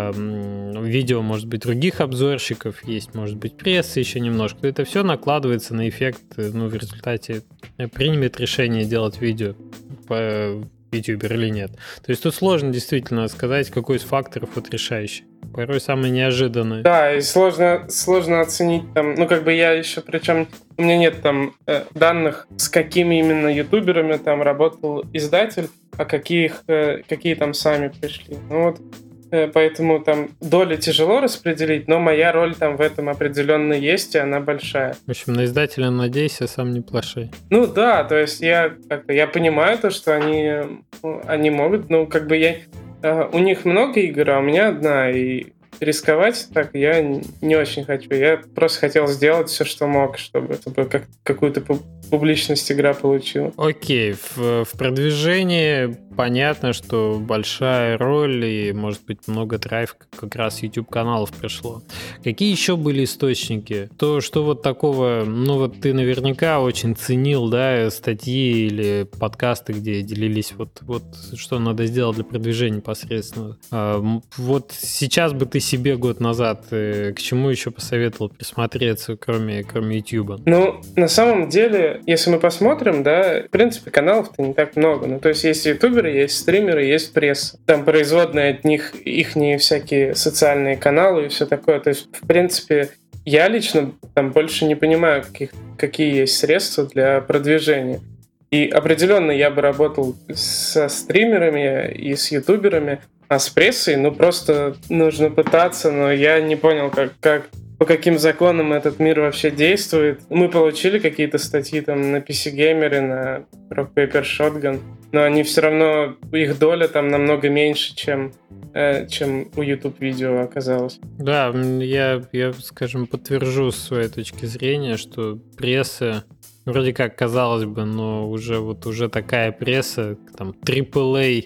видео, может быть, других обзорщиков, есть, может быть, пресса еще немножко. Это все накладывается на эффект, ну, в результате примет решение делать видео по ютубер или нет. То есть тут сложно действительно сказать, какой из факторов вот решающий. Порой самый неожиданный. Да, и сложно оценить там, ну, как бы я еще, причем у меня нет там данных, с какими именно ютуберами там работал издатель, а какие там сами пришли. Ну вот, поэтому там доли тяжело распределить, но моя роль там в этом определенно есть, и она большая. В общем, на издателя надейся, сам не плашай. Ну да, то есть я понимаю то, что они могут, ну как бы у них много игр, а у меня одна, и рисковать так я не очень хочу. Я просто хотел сделать все, что мог, чтобы какую-то публичность игра получила. Окей, в продвижении понятно, что большая роль и, может быть, много трафика как раз YouTube-каналов пришло. Какие еще были источники? То, что вот такого, ну вот ты наверняка очень ценил, да, статьи или подкасты, где делились вот что надо сделать для продвижения непосредственно. Вот сейчас бы ты себе год назад к чему еще посоветовал присмотреться, кроме YouTube? Ну, на самом деле, если мы посмотрим, да, в принципе, каналов-то не так много. Ну, то есть есть ютуберы, есть стримеры, есть пресса. Там производные от них ихние всякие социальные каналы и все такое. То есть, в принципе, я лично там больше не понимаю, какие есть средства для продвижения. И определенно я бы работал со стримерами и с ютуберами, а с прессой, ну, просто нужно пытаться, но я не понял, по каким законам этот мир вообще действует. Мы получили какие-то статьи там на PC Gamer, на Rock Paper Shotgun, но они все равно, их доля там намного меньше, чем у YouTube-видео оказалось. Да, я, скажем, подтвержу с своей точки зрения, что пресса, вроде как, казалось бы, но уже такая пресса, там, AAA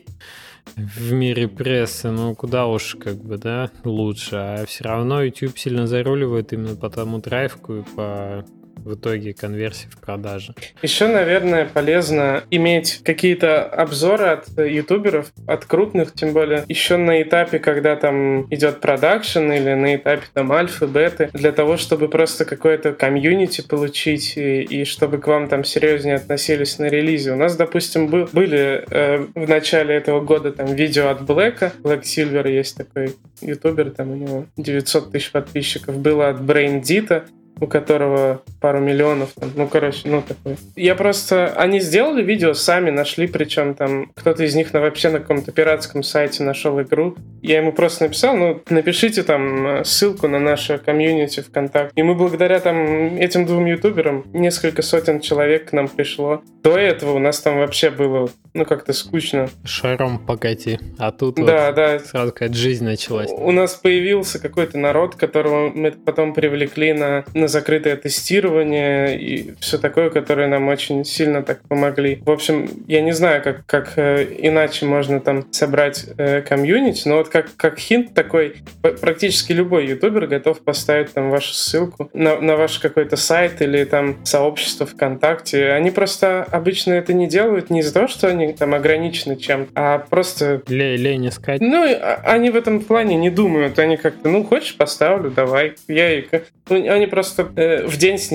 в мире прессы, ну куда уж как бы, да, лучше. А все равно YouTube сильно заруливает именно по тому трафику и по в итоге конверсии в продаже. Еще, наверное, полезно иметь какие-то обзоры от ютуберов, от крупных, тем более еще на этапе, когда там идет продакшн или на этапе там альфы, беты, для того, чтобы просто какое-то комьюнити получить и чтобы к вам там серьезнее относились на релизе. У нас, допустим, были в начале этого года там видео от Black Silver, есть такой ютубер, там у него 900 000 подписчиков, было от BrainDita, у которого пару миллионов, там, ну, короче, ну, такой. Они сделали видео, сами нашли, причем там кто-то из них вообще на каком-то пиратском сайте нашел игру. Я ему просто написал, ну, напишите там ссылку на наше комьюнити ВКонтакте. И мы благодаря там этим 2 ютуберам несколько сотен человек к нам пришло. До этого у нас там вообще было, ну, как-то скучно. Шаром покати. А тут да. Сразу какая-то жизнь началась. У нас появился какой-то народ, которого мы потом привлекли на закрытое тестирование и все такое, которые нам очень сильно так помогли. В общем, я не знаю, как иначе можно там собрать комьюнити, но вот как хинт такой, практически любой ютубер готов поставить там вашу ссылку на ваш какой-то сайт или там сообщество ВКонтакте. Они просто обычно это не делают не из-за того, что они там ограничены чем-то, а просто... Лень искать. Ну, они в этом плане не думают. Они как-то, ну, хочешь, поставлю, давай. Они просто в день снимают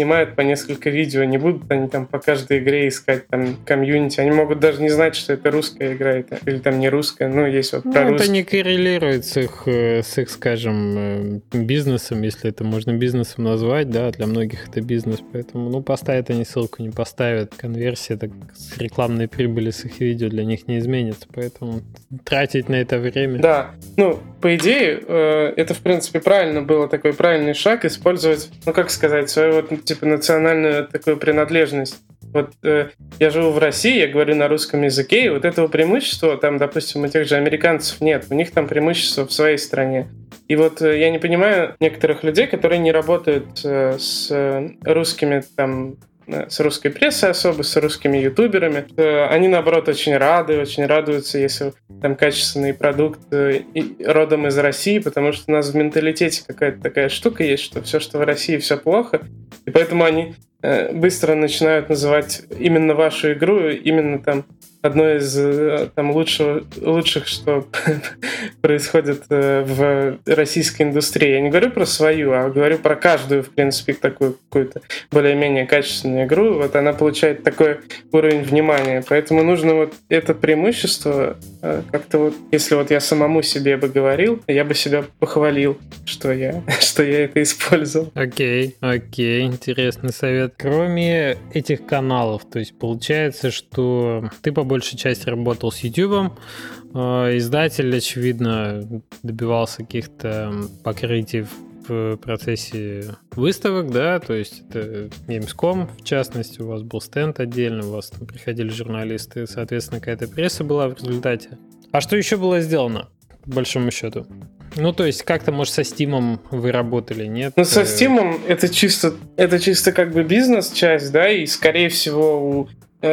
снимают по несколько видео, не будут они там по каждой игре искать там комьюнити, они могут даже не знать, что это русская игра или там не русская, есть вот про это не коррелирует с их, скажем, бизнесом, если это можно бизнесом назвать, да, для многих это бизнес, поэтому, поставят они ссылку, не поставят, конверсия так, с рекламной прибыли с их видео для них не изменится, поэтому тратить на это время. Да, по идее, это, в принципе, правильно было, такой правильный шаг, использовать, свою национальную такую принадлежность. Вот я живу в России, я говорю на русском языке, и вот этого преимущества, там, допустим, у тех же американцев нет, у них там преимущество в своей стране. И вот я не понимаю некоторых людей, которые не работают с русскими там, с русской прессой особо, с русскими ютуберами. Они, наоборот, очень радуются, если там качественный продукт родом из России, потому что у нас в менталитете какая-то такая штука есть, что все, что в России, все плохо. И поэтому они быстро начинают называть именно вашу игру, именно там одно из там лучших, что происходит в российской индустрии. Я не говорю про свою, а говорю про каждую, в принципе, такую какую-то более-менее качественную игру. Вот она получает такой уровень внимания. Поэтому нужно вот это преимущество как-то вот, если вот я самому себе бы говорил, я бы себя похвалил, что я это использовал. Окей, интересный совет. Кроме этих каналов, то есть получается, что ты по большей части работал с YouTube, издатель, очевидно, добивался каких-то покрытий в процессе выставок, да, то есть это Gamescom, в частности, у вас был стенд отдельно, у вас там приходили журналисты, соответственно, какая-то пресса была в результате. А что еще было сделано, по большому счету? То есть как-то, может, со Steam'ом вы работали, нет? Со Steam'ом это чисто как бы бизнес-часть, да, и, скорее всего, у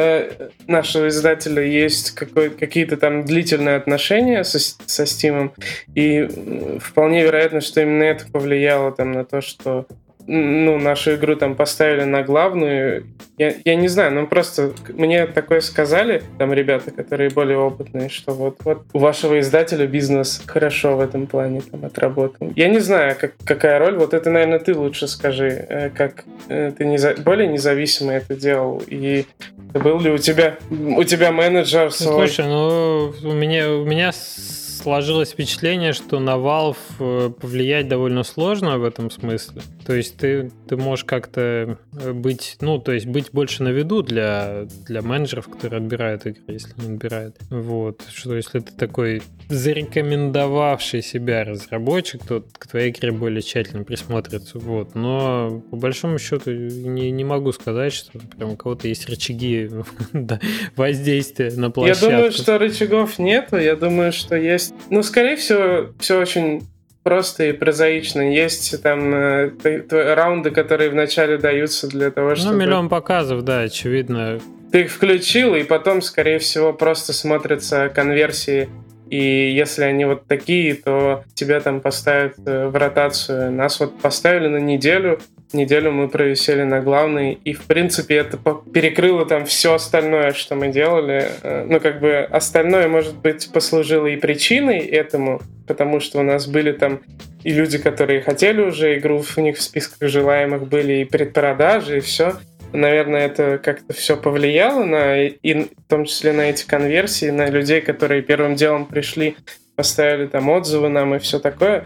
нашего издателя есть какие-то там длительные отношения со Steam'ом, и вполне вероятно, что именно это повлияло там на то, что нашу игру там поставили на главную. Я не знаю, просто мне такое сказали там ребята, которые более опытные, что вот у вашего издателя бизнес хорошо в этом плане там отработал. Я не знаю, какая роль, вот это, наверное, ты лучше скажи, как ты более независимо это делал, и был ли у тебя менеджер свой? Слушай, у меня сложилось впечатление, что на Valve повлиять довольно сложно в этом смысле. То есть ты можешь как-то быть, быть больше на виду для менеджеров, которые отбирают игры, если не отбирают. Вот. Что если ты такой зарекомендовавший себя разработчик, то к твоей игре более тщательно присмотрится. Вот. Но по большому счету не могу сказать, что прям у кого-то есть рычаги воздействия на площадку. Я думаю, что рычагов нету. Я думаю, что есть... скорее всего, все очень просто и прозаично. Есть там раунды, которые вначале даются для того, чтобы... миллион показов, да, очевидно. Ты их включил, и потом, скорее всего, просто смотрятся конверсии. И если они вот такие, то тебя там поставят в ротацию. Нас вот поставили на неделю. Неделю мы провисели на главной, и, в принципе, это перекрыло там все остальное, что мы делали. Остальное, может быть, послужило и причиной этому, потому что у нас были там и люди, которые хотели уже игру, у них в списках желаемых были и предпродажи, и все. Наверное, это как-то все повлияло и в том числе на эти конверсии, на людей, которые первым делом пришли, поставили там отзывы нам и все такое.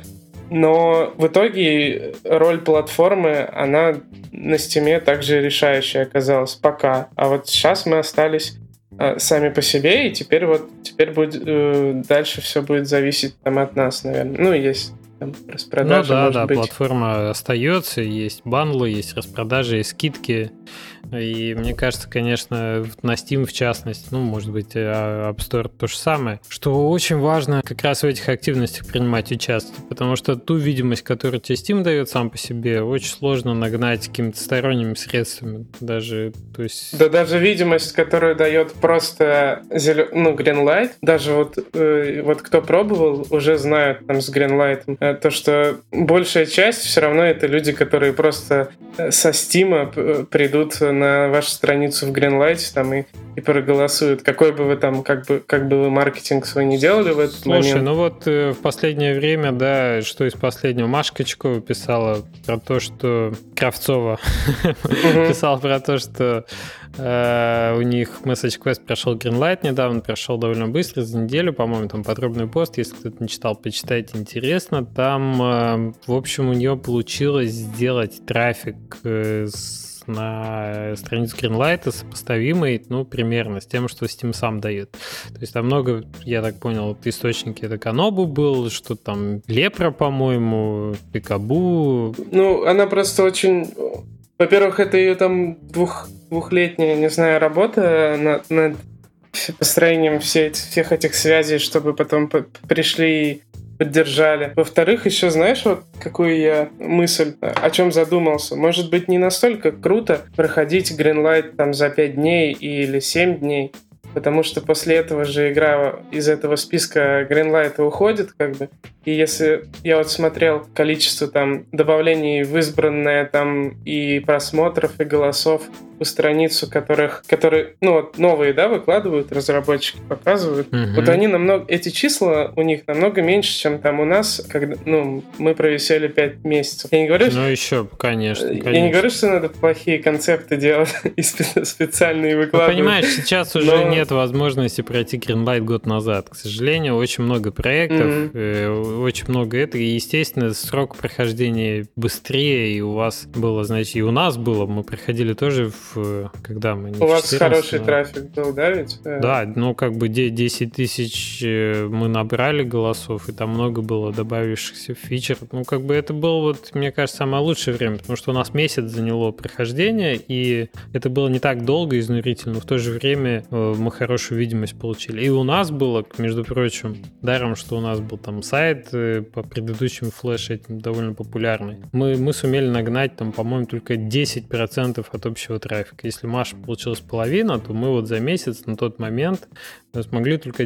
Но в итоге роль платформы, она на Steam также решающая оказалась пока. А вот сейчас мы остались сами по себе, и теперь будет, дальше все будет зависеть там от нас, наверное. Есть там распродажи, может быть. Платформа остается, есть бандлы, есть распродажи, есть скидки. И мне кажется, конечно, на Steam в частности, может быть, App Store то же самое, что очень важно как раз в этих активностях принимать участие, потому что ту видимость, которую тебе Steam дает сам по себе, очень сложно нагнать какими-то сторонними средствами. Даже видимость, которую дает просто Greenlight, даже вот кто пробовал, уже знают там с Greenlight, то, что большая часть все равно это люди, которые просто со Steam придут на вашу страницу в Greenlight там и и проголосуют. Какой бы вы там, как бы вы маркетинг свой не делали в этот момент. Слушай, ну вот в последнее время, да, что из последнего, Маша Качкова писала про то, что Кравцова писала про то, что у них Message Quest прошел Greenlight недавно, прошел довольно быстро, за неделю, по-моему, там подробный пост, если кто-то не читал, почитайте, интересно. Там, в общем, у нее получилось сделать трафик на страницу Greenlight сопоставимый, ну, примерно с тем, что Steam сам дает. То есть там много, я так понял, вот источники, это Канобу был, что там Лепра, по-моему, Пикабу. Ну, она просто очень... Во-первых, это ее там двухлетняя, не знаю, работа над построением всех этих связей, чтобы потом пришли и поддержали. Во-вторых, еще знаешь, вот какую я мысль, о чем задумался? Может быть, не настолько круто проходить Greenlight там за 5 дней или 7 дней, потому что после этого же игра из этого списка Greenlight уходит, как бы. И если я вот смотрел количество там добавлений в избранное там и просмотров, и голосов у страницу, которые, ну, вот новые, да, выкладывают, разработчики показывают. Вот они эти числа у них намного меньше, чем там у нас, когда, ну, мы провисели 5 месяцев. Я не говорю, ну, еще, конечно. Я не говорю, что надо плохие концепты делать и специальные выкладывать. Ну, понимаешь, сейчас уже нет возможности пройти Greenlight год назад. К сожалению, очень много проектов, очень много этого, и, естественно, срок прохождения быстрее, и у вас было, значит, и у нас было, мы проходили тоже когда мы... У вас хороший трафик был, да, ведь? Да, ну, как бы 10 тысяч мы набрали голосов, и там много было добавившихся фичер. Ну, как бы это было, вот, мне кажется, самое лучшее время, потому что у нас месяц заняло прохождение, и это было не так долго и изнурительно, но в то же время мы хорошую видимость получили. И у нас было, между прочим, даром, что у нас был там сайт по предыдущему флеш этим довольно популярный. Мы сумели нагнать там, по-моему, только 10% от общего трафика. Если Маша получилась половина, то мы вот за месяц на тот момент смогли только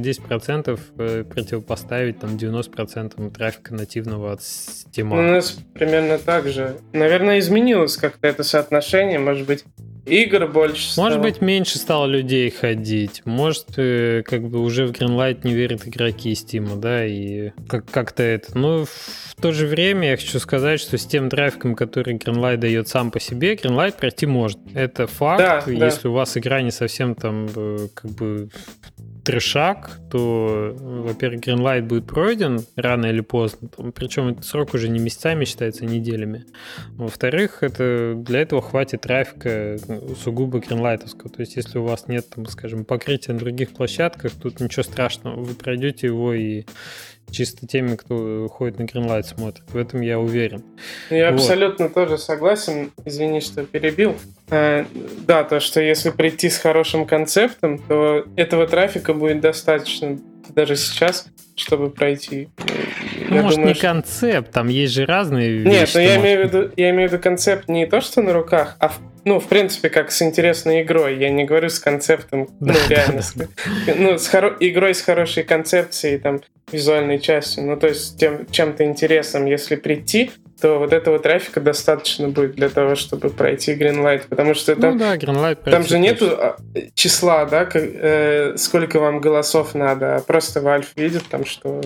10% противопоставить там 90% трафика нативного от Steam. У нас примерно так же. Наверное, изменилось как-то это соотношение, может быть, игр больше стало. Может быть, меньше стало людей ходить. Может, как бы уже в Greenlight не верят игроки Steam, да, и как-то это. Но в то же время я хочу сказать, что с тем трафиком, который Greenlight дает сам по себе, Greenlight пройти может. Это факт. Да, если у вас игра не совсем там как бы трешак, то, во-первых, Greenlight будет пройден рано или поздно, причем этот срок уже не месяцами считается, а неделями. Во-вторых, для этого хватит трафика сугубо Greenlight'овского. То есть, если у вас нет, там, скажем, покрытия на других площадках, тут ничего страшного. Вы пройдете его и чисто теми, кто ходит на Greenlight, смотрит. В этом я уверен. Я абсолютно тоже согласен. Извини, что перебил. Да, то, что если прийти с хорошим концептом, то этого трафика будет достаточно даже сейчас, чтобы пройти. Ну, может, думаю, не концепт, там есть же разные вещи. Нет, но я имею в виду концепт не то, что на руках, а в принципе, как с интересной игрой. Я не говорю с концептом, реально. С игрой с хорошей концепцией, там, визуальной частью. Ну, то есть, чем-то интересным, если прийти, то вот этого трафика достаточно будет для того, чтобы пройти Greenlight, потому что там, там же нету числа, да, сколько вам голосов надо, а просто Valve видит там, что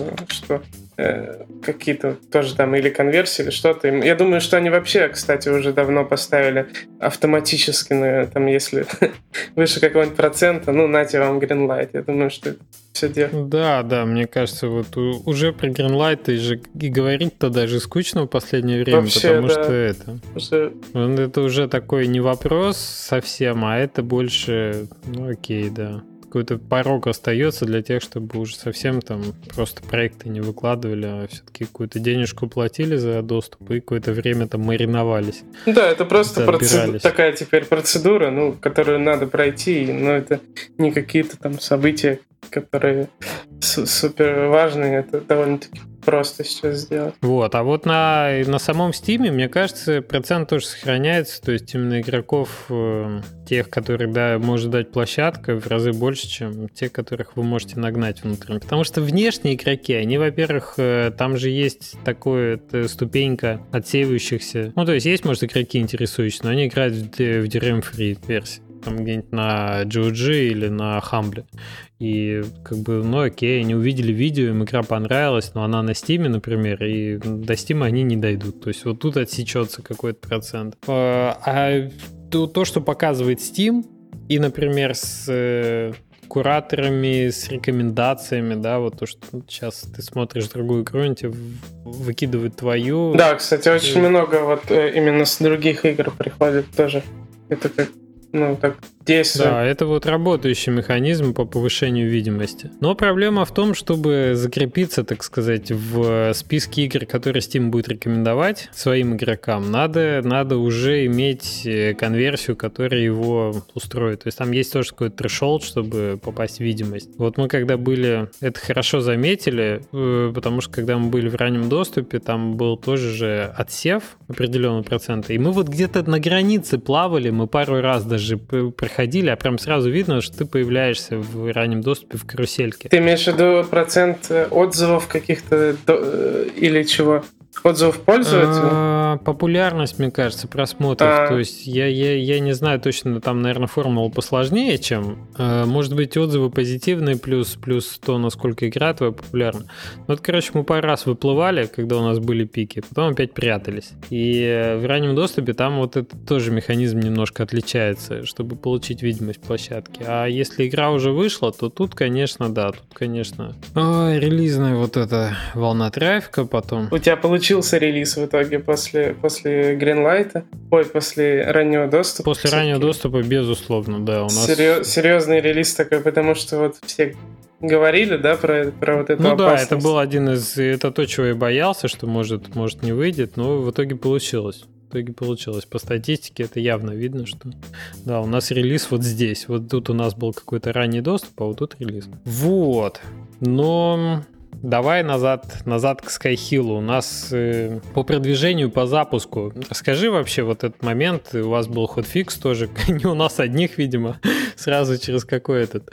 какие-то тоже там или конверсии, или что-то. Я думаю, что они вообще, кстати, уже давно поставили автоматически, там, если выше какого-нибудь процента, нате вам Greenlight. Я думаю, что это все дело. Да, мне кажется, вот уже про Greenlight и говорить-то даже скучно в последнее время, вообще, потому что это уже такой не вопрос совсем, а это больше, окей, да. Какой-то порог остается для тех, чтобы уже совсем там просто проекты не выкладывали, а все-таки какую-то денежку платили за доступ и какое-то время там мариновались. Да, это просто такая теперь процедура, которую надо пройти, но это не какие-то там события, которые супер важные, это довольно-таки просто сейчас сделать. Вот, а вот на самом Steam, мне кажется, процент тоже сохраняется, то есть именно игроков, тех, которых, да, может дать площадка, в разы больше, чем те, которых вы можете нагнать внутрь. Потому что внешние игроки, они, во-первых, там же есть такая ступенька отсеивающихся. То есть есть, может, игроки интересующие, но они играют в DRM-free версии. там где-нибудь на GOG или на Humble. И как бы, ну окей, они увидели видео, им игра понравилась, но она на Steam, например, и до Steam они не дойдут. То есть вот тут отсечется какой-то процент. А то, что показывает Steam, и, например, с кураторами, с рекомендациями, да, вот то, что сейчас ты смотришь другую игру, они тебе выкидывают твою. Да, кстати, очень много вот именно с других игр приходит тоже. Это как, ну, так действует. Да, это вот работающий механизм по повышению видимости. Но проблема в том, чтобы закрепиться, так сказать, в списке игр, которые Steam будет рекомендовать своим игрокам, надо уже иметь конверсию, которая его устроит. То есть там есть тоже какой-то threshold, чтобы попасть в видимость. Вот мы когда были, это хорошо заметили, потому что когда мы были в раннем доступе, там был тоже же отсев определенного процента, и мы вот где-то на границе плавали, мы пару раз даже проходили, а прям сразу видно, что ты появляешься в раннем доступе в карусельке. Ты имеешь в виду процент отзывов каких-то или чего? Отзывов пользователей? Популярность, мне кажется, просмотров. То есть я не знаю точно, там, наверное, формула посложнее, чем. Может быть, отзывы позитивные, плюс то, насколько игра твоя популярна. Ну, вот, короче, мы пару раз выплывали, когда у нас были пики, потом опять прятались. И в раннем доступе там вот этот тоже механизм немножко отличается, чтобы получить видимость площадки. А если игра уже вышла, то тут, конечно, да, релизная вот эта волна трафика потом. У тебя получился релиз в итоге после Greenlight, после раннего доступа? После раннего доступа, безусловно, да. У нас серьезный релиз такой, потому что вот все говорили, да, про вот эту опасность. Да, это был один из... Это то, чего я боялся, что может не выйдет, но в итоге получилось. По статистике это явно видно, что да, у нас релиз вот здесь. Вот тут у нас был какой-то ранний доступ, а вот тут релиз. Вот. Но... Давай назад к Skyhill. У нас по продвижению, по запуску. Расскажи вообще вот этот момент. У вас был хотфикс тоже. Не у нас одних, видимо. Сразу через какой этот.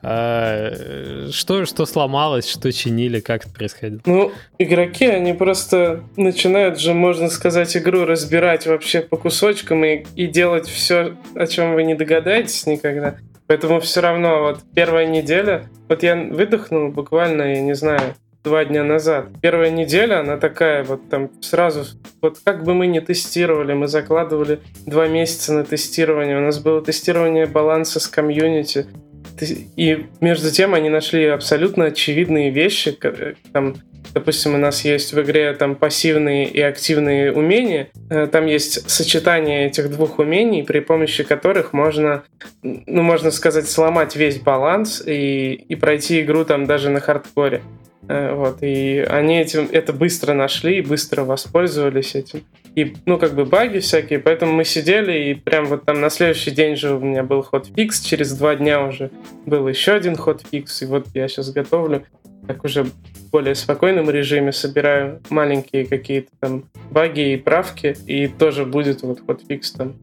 Что сломалось, что чинили, как это происходило? Ну, игроки, они просто начинают же, можно сказать, игру разбирать вообще по кусочкам и делать все, о чем вы не догадаетесь никогда. Поэтому все равно вот первая неделя, вот я выдохнул буквально, я не знаю, 2 дня назад. Первая неделя, она такая вот там сразу, вот как бы мы ни тестировали, мы закладывали 2 месяца на тестирование, у нас было тестирование баланса с комьюнити, и между тем они нашли абсолютно очевидные вещи, там, допустим, у нас есть в игре там пассивные и активные умения. Там есть сочетание этих 2 умений, при помощи которых можно, ну, можно сказать, сломать весь баланс и пройти игру там даже на хардкоре. Вот. И они это быстро нашли и быстро воспользовались этим. И, ну, как бы баги всякие, поэтому мы сидели, и прям вот там на следующий день же у меня был хотфикс, через 2 дня уже был еще один хотфикс, и вот я сейчас готовлю, так уже в более спокойном режиме собираю маленькие какие-то там баги и правки, и тоже будет вот хотфикс там.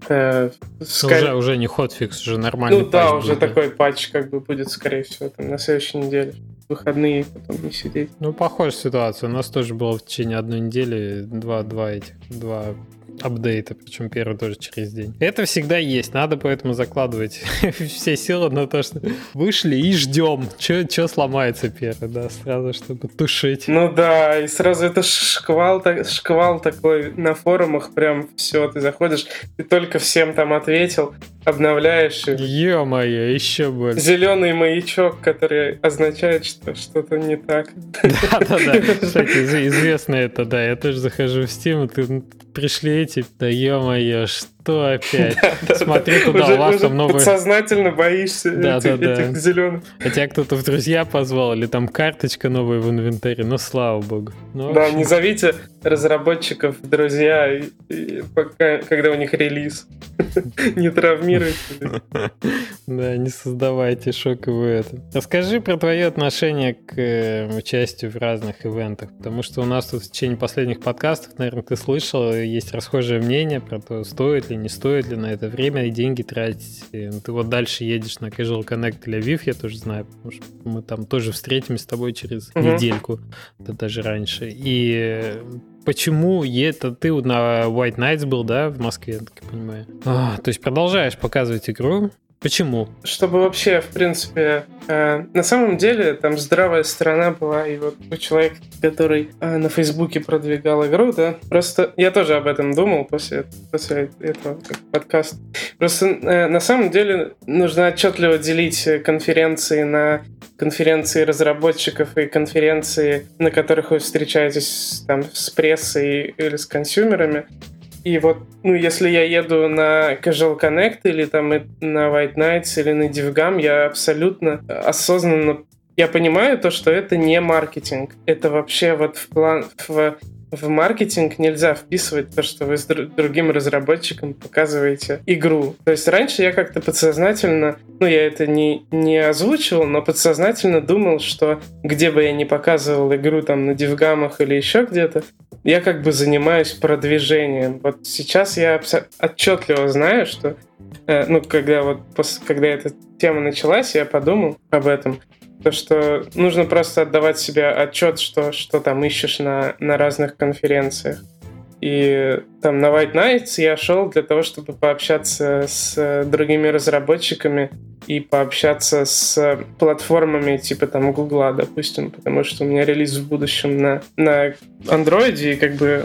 Уже не хотфикс, уже нормальный патч. Ну да, уже такой патч как бы будет, скорее всего, там, на следующей неделе. Выходные потом не сидеть. Ну, похожая ситуация. У нас тоже было в течение 1 недели два апдейта, причем первый тоже через день. Это всегда есть, надо поэтому закладывать все силы на то, что вышли и ждем, что сломается первый, да, сразу, чтобы тушить. Ну да, и сразу это шквал такой на форумах, прям все, ты заходишь, ты только всем там ответил, обновляешь. Ё-моё, еще больше. Зеленый маячок, который означает, что что-то не так. Да-да-да, кстати, известно это, да, я тоже захожу в Steam, и ты пришли эти, да ё-моё, что опять? Смотри туда, у вас там новые... Подсознательно боишься этих зеленых. Хотя кто-то в друзья позвал, или там карточка новая в инвентаре, ну слава богу. Да, не зовите разработчиков в друзья, когда у них релиз. Не травмируйте. Да, не создавайте шоковую это. Расскажи про твое отношение к участию в разных ивентах, потому что у нас тут в течение последних подкастов, наверное, ты слышал, есть расхожее мнение про то, стоит ли, не стоит ли на это время и деньги тратить. И ты вот дальше едешь на Casual Connect Тель-Авив, я тоже знаю, потому что мы там тоже встретимся с тобой через недельку, да даже раньше. И почему ты на White Nights был, да, в Москве, я так понимаю? То есть продолжаешь показывать игру, Почему? Чтобы вообще, в принципе, на самом деле там здравая сторона была, и вот у человека, который на Фейсбуке продвигал игру, да, просто я тоже об этом думал после этого подкаста. Просто на самом деле нужно отчетливо делить конференции на конференции разработчиков и конференции, на которых вы встречаетесь там с прессой или с консюмерами. И вот, если я еду на Casual Connect или там на White Nights или на DevGam, я абсолютно осознанно понимаю то, что это не маркетинг. Это вообще вот в маркетинг нельзя вписывать то, что вы с другим разработчиком показываете игру. То есть раньше я как-то подсознательно, я это не озвучивал, но подсознательно думал, что где бы я ни показывал игру там на дивгамах или еще где-то, я как бы занимаюсь продвижением. Вот сейчас я отчетливо знаю, что когда эта тема началась, я подумал об этом, то, что нужно просто отдавать себе отчет, что там ищешь на разных конференциях. И там на White Nights я шел для того, чтобы пообщаться с другими разработчиками и пообщаться с платформами типа там Гугла, допустим, потому что у меня релиз в будущем на Android, и как бы,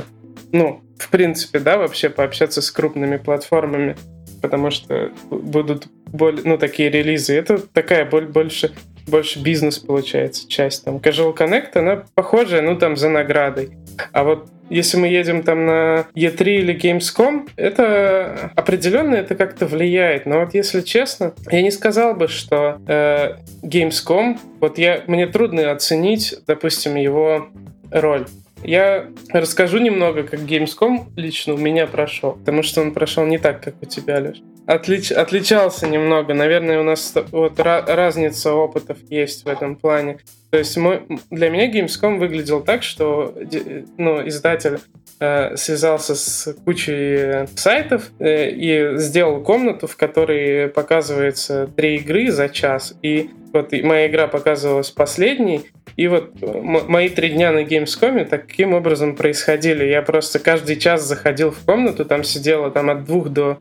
в принципе, да, вообще пообщаться с крупными платформами, потому что будут такие релизы. Это такая больше бизнес получается, часть. Там Casual Connect, она похожая, там за наградой. А вот если мы едем там на E3 или Gamescom, это определенно это как-то влияет. Но вот если честно, я не сказал бы, что Gamescom, мне трудно оценить, допустим, его роль. Я расскажу немного, как Gamescom лично у меня прошел, потому что он прошел не так, как у тебя, Леш. Отличался немного. Наверное, у нас разница опытов есть в этом плане. То есть для меня Gamescom выглядел так, что издатель связался с кучей сайтов и сделал комнату, в которой показывается 3 игры за час. И моя игра показывалась последней. И мои 3 дня на Gamescom таким образом происходили. Я просто каждый час заходил в комнату, там сидело от 2 до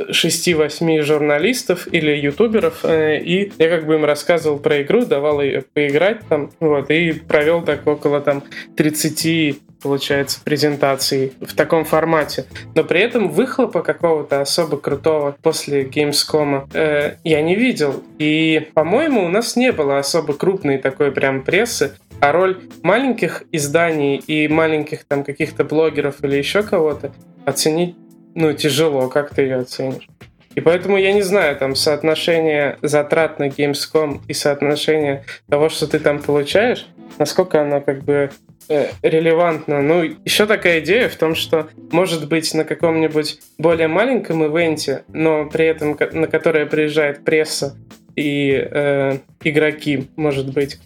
6-8 журналистов или ютуберов, и я как бы им рассказывал про игру, давал ее поиграть и провел так около 30, получается, презентаций в таком формате. Но при этом выхлопа какого-то особо крутого после Gamescom я не видел. И, по-моему, у нас не было особо крупной такой прям прессы, а роль маленьких изданий и маленьких каких-то блогеров или еще кого-то оценить, тяжело. Как ты ее оценишь? И поэтому я не знаю, соотношение затрат на Gamescom и соотношение того, что ты там получаешь, насколько оно как бы релевантно. Еще такая идея в том, что, может быть, на каком-нибудь более маленьком ивенте, но при этом на которое приезжает пресса и игроки, может быть,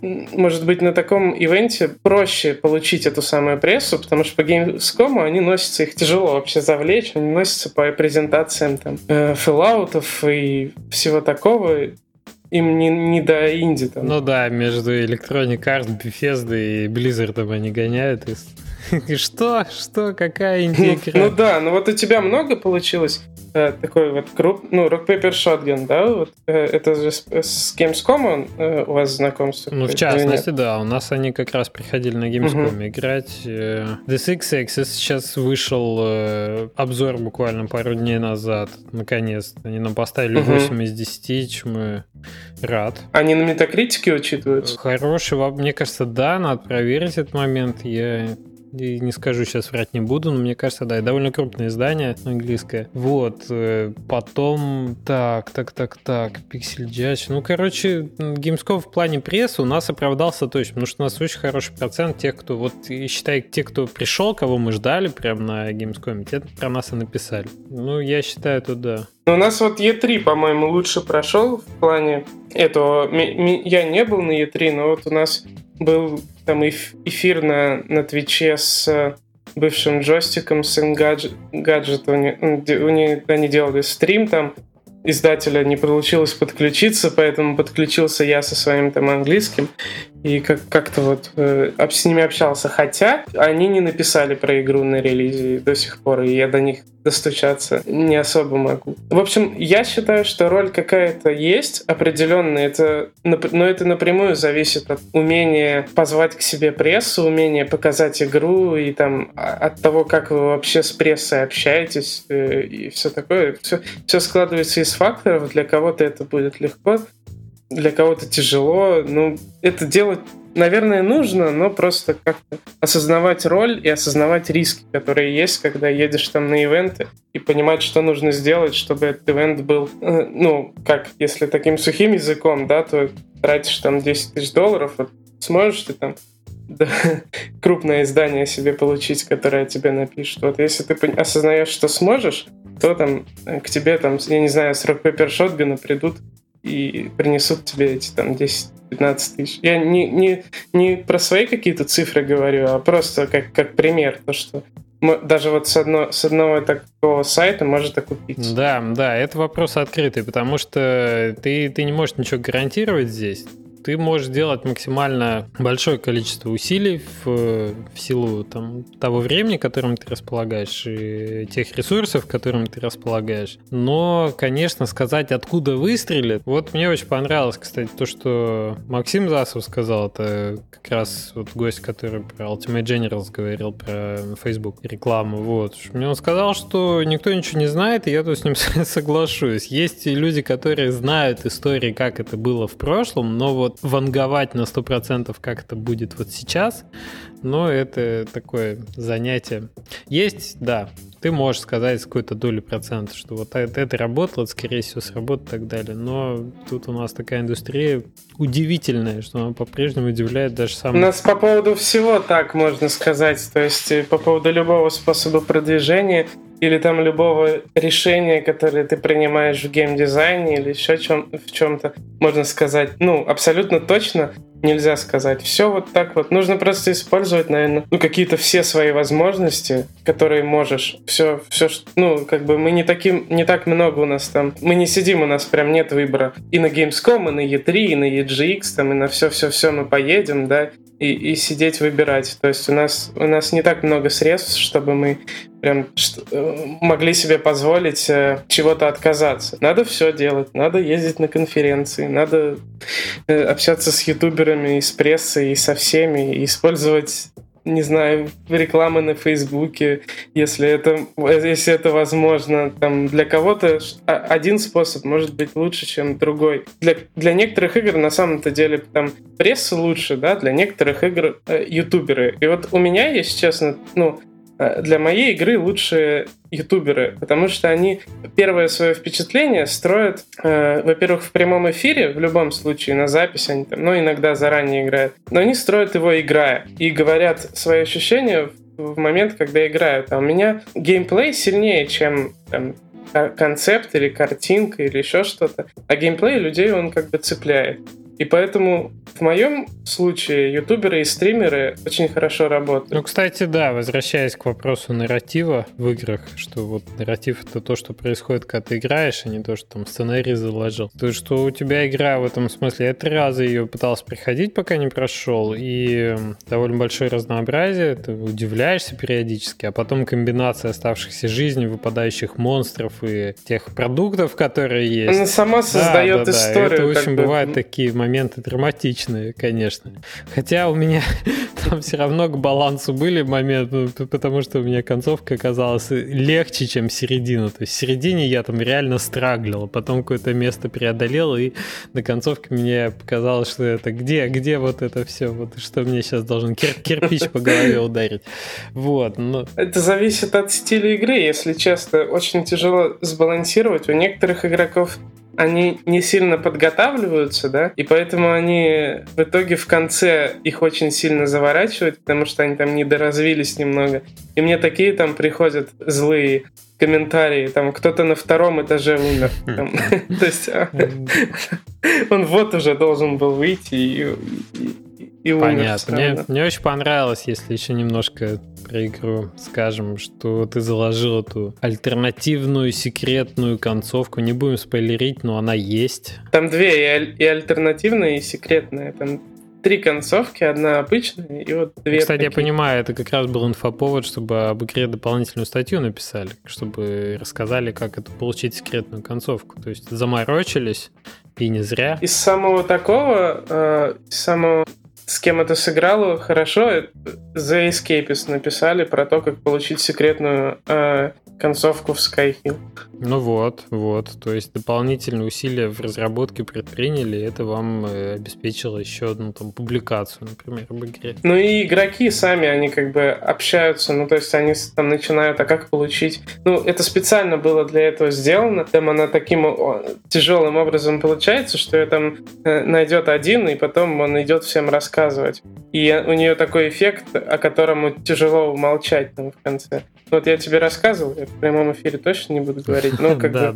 на таком ивенте проще получить эту самую прессу, потому что по Gamescom они носятся, их тяжело вообще завлечь, они носятся по презентациям фэллаутов и всего такого. Им не до инди там. Между Electronic Arts, Bethesda и Blizzard они гоняют. И что? Какая инди-игра? У тебя много получилось такой Rock Paper Shotgun, да? Это же с Gamescom у вас знакомство? В частности, да. У нас они как раз приходили на Gamescom играть. Deus Ex Access сейчас вышел обзор буквально пару дней назад. Наконец-то. Они нам поставили 8 из 10, чему рад. Они на Метакритике учитываются? Хороший, мне кажется, да. Надо проверить этот момент. Я не скажу, сейчас врать не буду, но мне кажется, да, довольно крупное издание английское. Потом, Pixel Judge. Gamescom в плане прессы у нас оправдался точно, потому что у нас очень хороший процент тех, кто, те, кто пришел, кого мы ждали прямо на Gamescom, те про нас и написали. Я считаю, это да. У нас E3, по-моему, лучше прошел в плане этого. Я не был на E3, но у нас был эфир на Твиче с бывшим джойстиком, с Engadget. Они делали стрим там. Издателя не получилось подключиться, поэтому подключился я со своим английским. и как-то вот с ними общался. Хотя они не написали про игру на релизе до сих пор, и я до них достучаться не особо могу. В общем, я считаю, что роль какая-то есть определенная, но это напрямую зависит от умения позвать к себе прессу, умения показать игру и там от того, как вы вообще с прессой общаетесь и все такое. Все складывается из факторов. Для кого-то это будет легко, для кого-то тяжело. Ну, это делать, наверное, нужно, но просто как-то осознавать роль и осознавать риски, которые есть, когда едешь там на ивенты, и понимать, что нужно сделать, чтобы этот ивент был, если таким сухим языком, да, то тратишь там $10 000, вот сможешь ты там крупное издание себе получить, которое тебе напишет. Вот если ты осознаешь, что сможешь, то там к тебе там, я не знаю, с Rock Paper Shotgun придут и принесут тебе эти там 10-15 тысяч. Я не про свои какие-то цифры говорю, а просто как пример, то, что даже вот с одного такого сайта может окупиться. Да, это вопрос открытый, потому что ты не можешь ничего гарантировать здесь. Ты можешь делать максимально большое количество усилий в силу того времени, которым ты располагаешь, и тех ресурсов, которыми ты располагаешь. Но, конечно, сказать, откуда выстрелит... Вот мне очень понравилось, кстати, то, что Максим Засов сказал. Это как раз вот гость, который про Ultimate Generals говорил, про Facebook рекламу. Вот. Мне он сказал, что никто ничего не знает, и я тут с ним соглашусь. Есть люди, которые знают истории, как это было в прошлом, но вот ванговать на 100%, как это будет вот сейчас, но это такое занятие. Есть, да, ты можешь сказать с какой-то долей процента, что вот это работало, это, скорее всего, сработает и так далее, но тут у нас такая индустрия удивительная, что она по-прежнему удивляет даже сам. У нас по поводу всего так можно сказать, то есть по поводу любого способа продвижения или там любого решения, которое ты принимаешь в геймдизайне или еще в чем-то, можно сказать, абсолютно точно нельзя сказать. Все вот так вот. Нужно просто использовать, наверное, какие-то все свои возможности, которые можешь. Все, мы не так много у нас там. Мы не сидим, у нас прям нет выбора. И на Gamescom, и на E3, и на EGX, и на все мы поедем, да, и сидеть выбирать. То есть у нас не так много средств, чтобы мы прям могли себе позволить чего-то отказаться. Надо все делать, надо ездить на конференции, надо общаться с ютуберами, и с прессой, и со всеми, и использовать, не знаю, рекламы на Фейсбуке, если это возможно. Там для кого-то один способ может быть лучше, чем другой. Для некоторых игр на самом-то деле там пресса лучше, да, для некоторых игр ютуберы. И вот у меня, если честно, для моей игры лучшие ютуберы, потому что они первое свое впечатление строят, во-первых, в прямом эфире, в любом случае, на запись они там, иногда заранее играют, но они строят его играя и говорят свои ощущения в момент, когда играют. А у меня геймплей сильнее, чем там концепт или картинка или еще что-то, а геймплей людей он как бы цепляет. И поэтому в моем случае ютуберы и стримеры очень хорошо работают. Кстати, да, возвращаясь к вопросу нарратива в играх, что вот нарратив — это то, что происходит, когда ты играешь, а не то, что там сценарий заложил. То есть, что у тебя игра в этом смысле, я 3 раза ее пытался проходить, пока не прошел, и довольно большое разнообразие, ты удивляешься периодически, а потом комбинация оставшихся жизней, выпадающих монстров и тех продуктов, которые есть. Она сама создает историю. Это очень бывают такие моменты драматичные, конечно. Хотя у меня там все равно к балансу были моменты, потому что у меня концовка оказалась легче, чем середина. То есть в середине я там реально страглил, потом какое-то место преодолел, и на концовке мне показалось, что это где вот это все, вот что мне сейчас должен кирпич по голове ударить. Вот. Это зависит от стиля игры, если честно. Очень тяжело сбалансировать. У некоторых игроков они не сильно подготавливаются, да, и поэтому они в итоге в конце их очень сильно заворачивают, потому что они там недоразвились немного. И мне такие там приходят злые комментарии, там кто-то на 2-м этаже умер. То есть он вот уже должен был выйти и умер. Понятно. Мне очень понравилось, если еще немножко про игру скажем, что ты заложил эту альтернативную секретную концовку. Не будем спойлерить, но она есть. Там 2, и альтернативная, и секретная. Там 3 концовки, одна обычная и вот 2 Кстати, такие. я понимаю, это как раз был инфоповод, чтобы об игре дополнительную статью написали, чтобы рассказали, как это получить секретную концовку. То есть заморочились, и не зря. Из самого такого, с кем это сыграло хорошо, The Escapist написали про то, как получить секретную концовку в Skyhill. Ну вот. То есть дополнительные усилия в разработке предприняли, и это вам обеспечило еще одну там публикацию, например, об игре. Ну и игроки сами, они как бы общаются, ну то есть они там начинают, а как получить... Ну это специально было для этого сделано, там она таким тяжелым образом получается, что ее там найдет один, и потом он идет всем рассказывать. И у нее такой эффект, о котором тяжело умолчать там в конце. Вот я тебе рассказывал, я в прямом эфире точно не буду говорить, но как Да.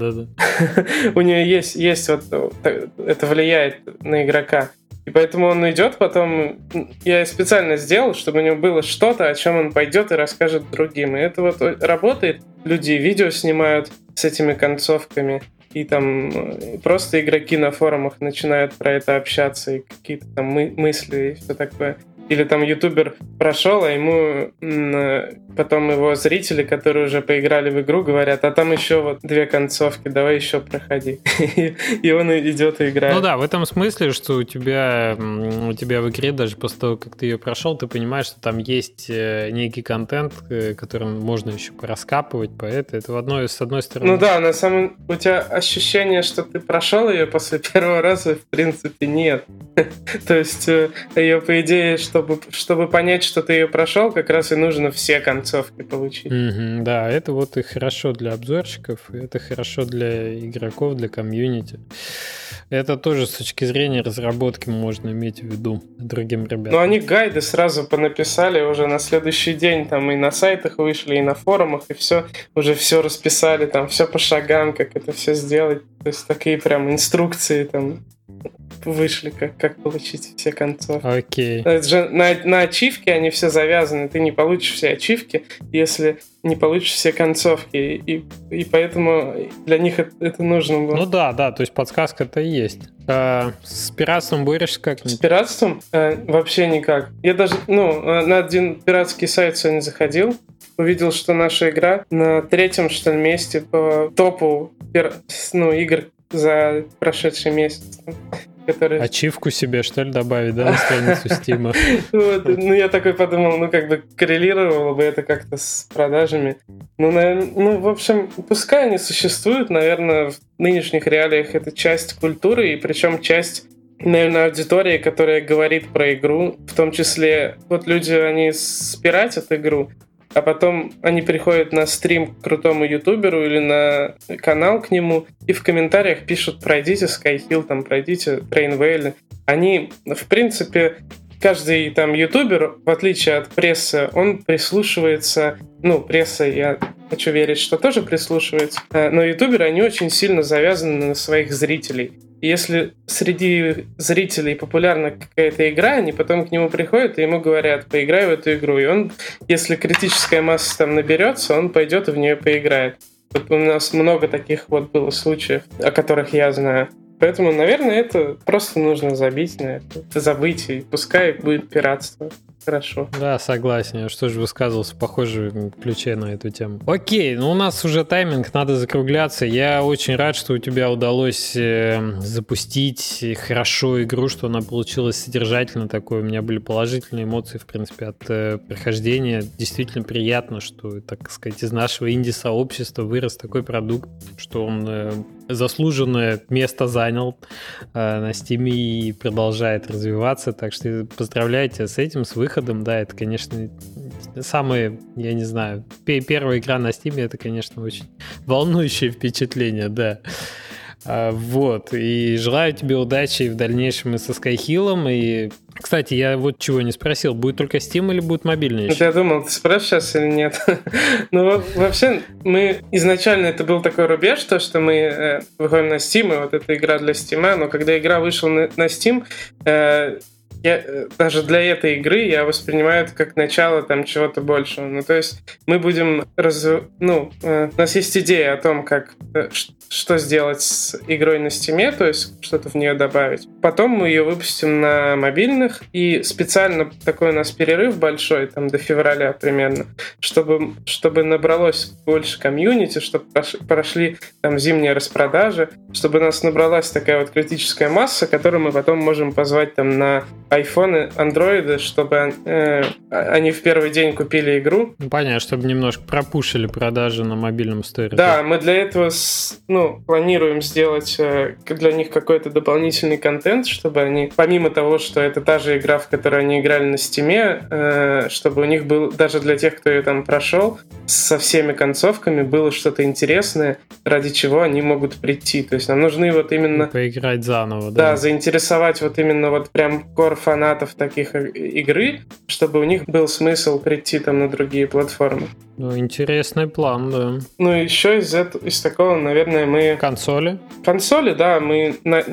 у нее есть вот это влияет на игрока. И поэтому он идет потом... Я специально сделал, чтобы у него было что-то, о чем он пойдет и расскажет другим. И это вот работает. Люди видео снимают с этими концовками. И там просто игроки на форумах начинают про это общаться. И какие-то там мысли и все такое. Или там ютубер прошел, а ему потом его зрители, которые уже поиграли в игру, говорят, а там еще вот 2 концовки, давай еще проходи. И он идет и играет. Ну да, в этом смысле, что у тебя в игре, даже после того, как ты ее прошел, ты понимаешь, что там есть некий контент, которым можно еще пораскапывать, поэтому это с одной стороны... Ну да, на самом у тебя ощущение, что ты прошел ее после первого раза, в принципе, нет. То есть ее, по идее, чтобы понять, что ты ее прошел, как раз и нужно все концовки получить. Да, это вот и хорошо для обзорщиков, и это хорошо для игроков, для комьюнити. Это тоже с точки зрения разработки можно иметь в виду другим ребятам. Но они гайды сразу понаписали уже на следующий день, там и на сайтах вышли, и на форумах, и уже все расписали, там все по шагам, как это все сделать. То есть такие прям инструкции там вышли, как получить все концовки. Окей. Это же на ачивки они все завязаны. Ты не получишь все ачивки, если не получишь все концовки. И поэтому для них это нужно было. Ну да, то есть подсказка-то есть. С пиратством борешься как-нибудь? С пиратством? Вообще никак. Я даже на один пиратский сайт сегодня заходил, увидел, что наша игра на 3-м, что ли, месте по топу игр за прошедший месяц. Ачивку себе, что ли, добавить, да, на страницу Стима? Ну, я такой подумал, как бы коррелировало бы это как-то с продажами. В общем, пускай они существуют, наверное, в нынешних реалиях это часть культуры, и причем часть, наверное, аудитории, которая говорит про игру. В том числе, вот люди, они спиратят игру, а потом они приходят на стрим к крутому ютуберу или на канал к нему и в комментариях пишут: пройдите Skyhill, там, пройдите Train Valley. Они, в принципе, каждый там ютубер, в отличие от прессы, он прислушивается, пресса, я хочу верить, что тоже прислушивается, но ютуберы, они очень сильно завязаны на своих зрителей. И если среди зрителей популярна какая-то игра, они потом к нему приходят и ему говорят: поиграй в эту игру. И он, если критическая масса там наберется, он пойдет и в нее поиграет. Вот у нас много таких вот было случаев, о которых я знаю. Поэтому, наверное, это просто нужно забить на это, забыть, и пускай будет пиратство. Хорошо. Да, согласен. Я что же высказывался в похожем ключе на эту тему. Окей, у нас уже тайминг, надо закругляться. Я очень рад, что у тебя удалось запустить хорошо игру, что она получилась содержательно такой. У меня были положительные эмоции, в принципе, от прохождения. Действительно приятно, что, так сказать, из нашего инди-сообщества вырос такой продукт, что он заслуженное место занял на Steam и продолжает развиваться. Так что поздравляю тебя с этим, с выходом. Да, это, конечно, самая, я не знаю, первая игра на Steam, это, конечно, очень волнующее впечатление, да. Вот, и желаю тебе удачи в дальнейшем и со Skyhill, и, кстати, я вот чего не спросил, будет только Steam или будет мобильный еще? Я думал, ты спросишь сейчас или нет. Вообще, мы изначально это был такой рубеж, то, что мы выходим на Steam, и вот эта игра для Steam, но когда игра вышла на Steam, даже для этой игры я воспринимаю это как начало там чего-то большего. То есть мы будем... у нас есть идея о том, что сделать с игрой на Steam, то есть что-то в нее добавить. Потом мы ее выпустим на мобильных, и специально такой у нас перерыв большой, там до февраля примерно, чтобы набралось больше комьюнити, чтобы прошли там зимние распродажи, чтобы у нас набралась такая вот критическая масса, которую мы потом можем позвать там на iPhone, Android, чтобы они в первый день купили игру. Понятно, чтобы немножко пропушили продажи на мобильном сторе. Да, мы для этого планируем сделать для них какой-то дополнительный контент, чтобы они, помимо того, что это та же игра, в которой они играли на Steam, чтобы у них был, даже для тех, кто ее там прошел, со всеми концовками было что-то интересное, ради чего они могут прийти. То есть нам нужны вот именно... Поиграть заново, да? Да, заинтересовать вот именно вот прям кор фанатов таких игры, чтобы у них был смысл прийти там на другие платформы. Ну, интересный план, да. Ну, еще из такого, наверное, мы... Консоли? Консоли, да, мы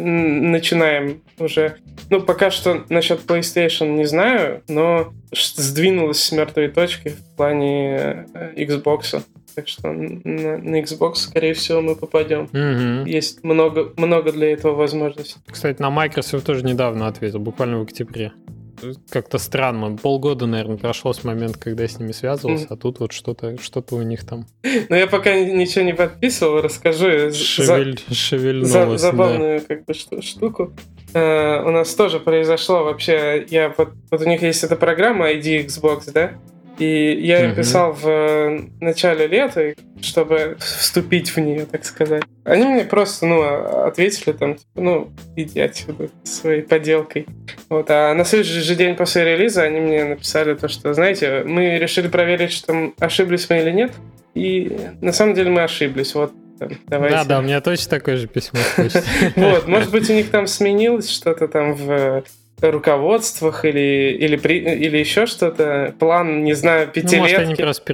начинаем уже... Ну, пока что насчет PlayStation не знаю, но сдвинулось с мертвой точки в плане Xbox. Так что на Xbox, скорее всего, мы попадем. Угу. Есть много для этого возможностей. Кстати, на Microsoft тоже недавно ответил, буквально в октябре. Как-то странно. Полгода, наверное, прошло с момента, когда я с ними связывался, а тут вот что-то у них там. Ну, я пока ничего не подписывал, расскажу. Шевельнулось, забавную как бы штуку. У нас тоже произошло вообще... Вот у них есть эта программа ID Xbox, да? И я им писал в начале лета, чтобы вступить в нее, так сказать. Они мне просто, ответили там, иди отсюда своей поделкой. Вот. А на следующий же день после релиза они мне написали то, что, знаете, мы решили проверить, что ошиблись мы или нет, и на самом деле мы ошиблись. Вот. Давайте. Да, у меня точно такое же письмо. Вот, может быть, у них там сменилось что-то там в руководствах или еще что-то. План, не знаю, пятилетки. Может, они просто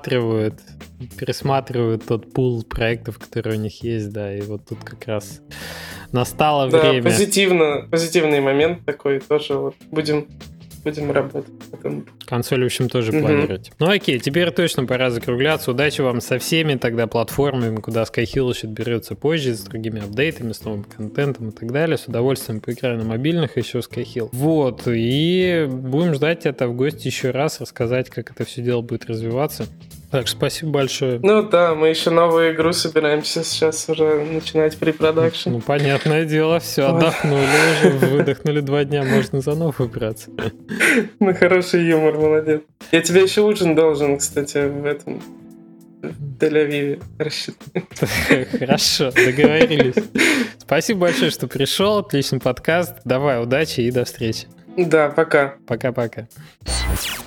пересматривают тот пул проектов, которые у них есть, да, и вот тут как раз настало время. Да, позитивный момент такой тоже. Вот будем работать. Консоль, в общем, тоже планируете. Ну окей, теперь точно пора закругляться. Удачи вам со всеми тогда платформами, куда Skyhill еще берется позже, с другими апдейтами, с новым контентом и так далее. С удовольствием поиграю на мобильных еще Skyhill. Вот, и будем ждать тебя в гости еще раз, рассказать, как это все дело будет развиваться. Так, спасибо большое. Ну да, мы еще новую игру собираемся сейчас уже начинать препродакшн. Ну, понятное дело, все, отдохнули уже, выдохнули 2 дня, можно за новую браться. Ну, хороший юмор, молодец. Я тебе еще ужин должен, кстати, в Тель-Авиве рассчитать. Хорошо, договорились. Спасибо большое, что пришел, отличный подкаст. Давай, удачи и до встречи. Да, пока. Пока-пока.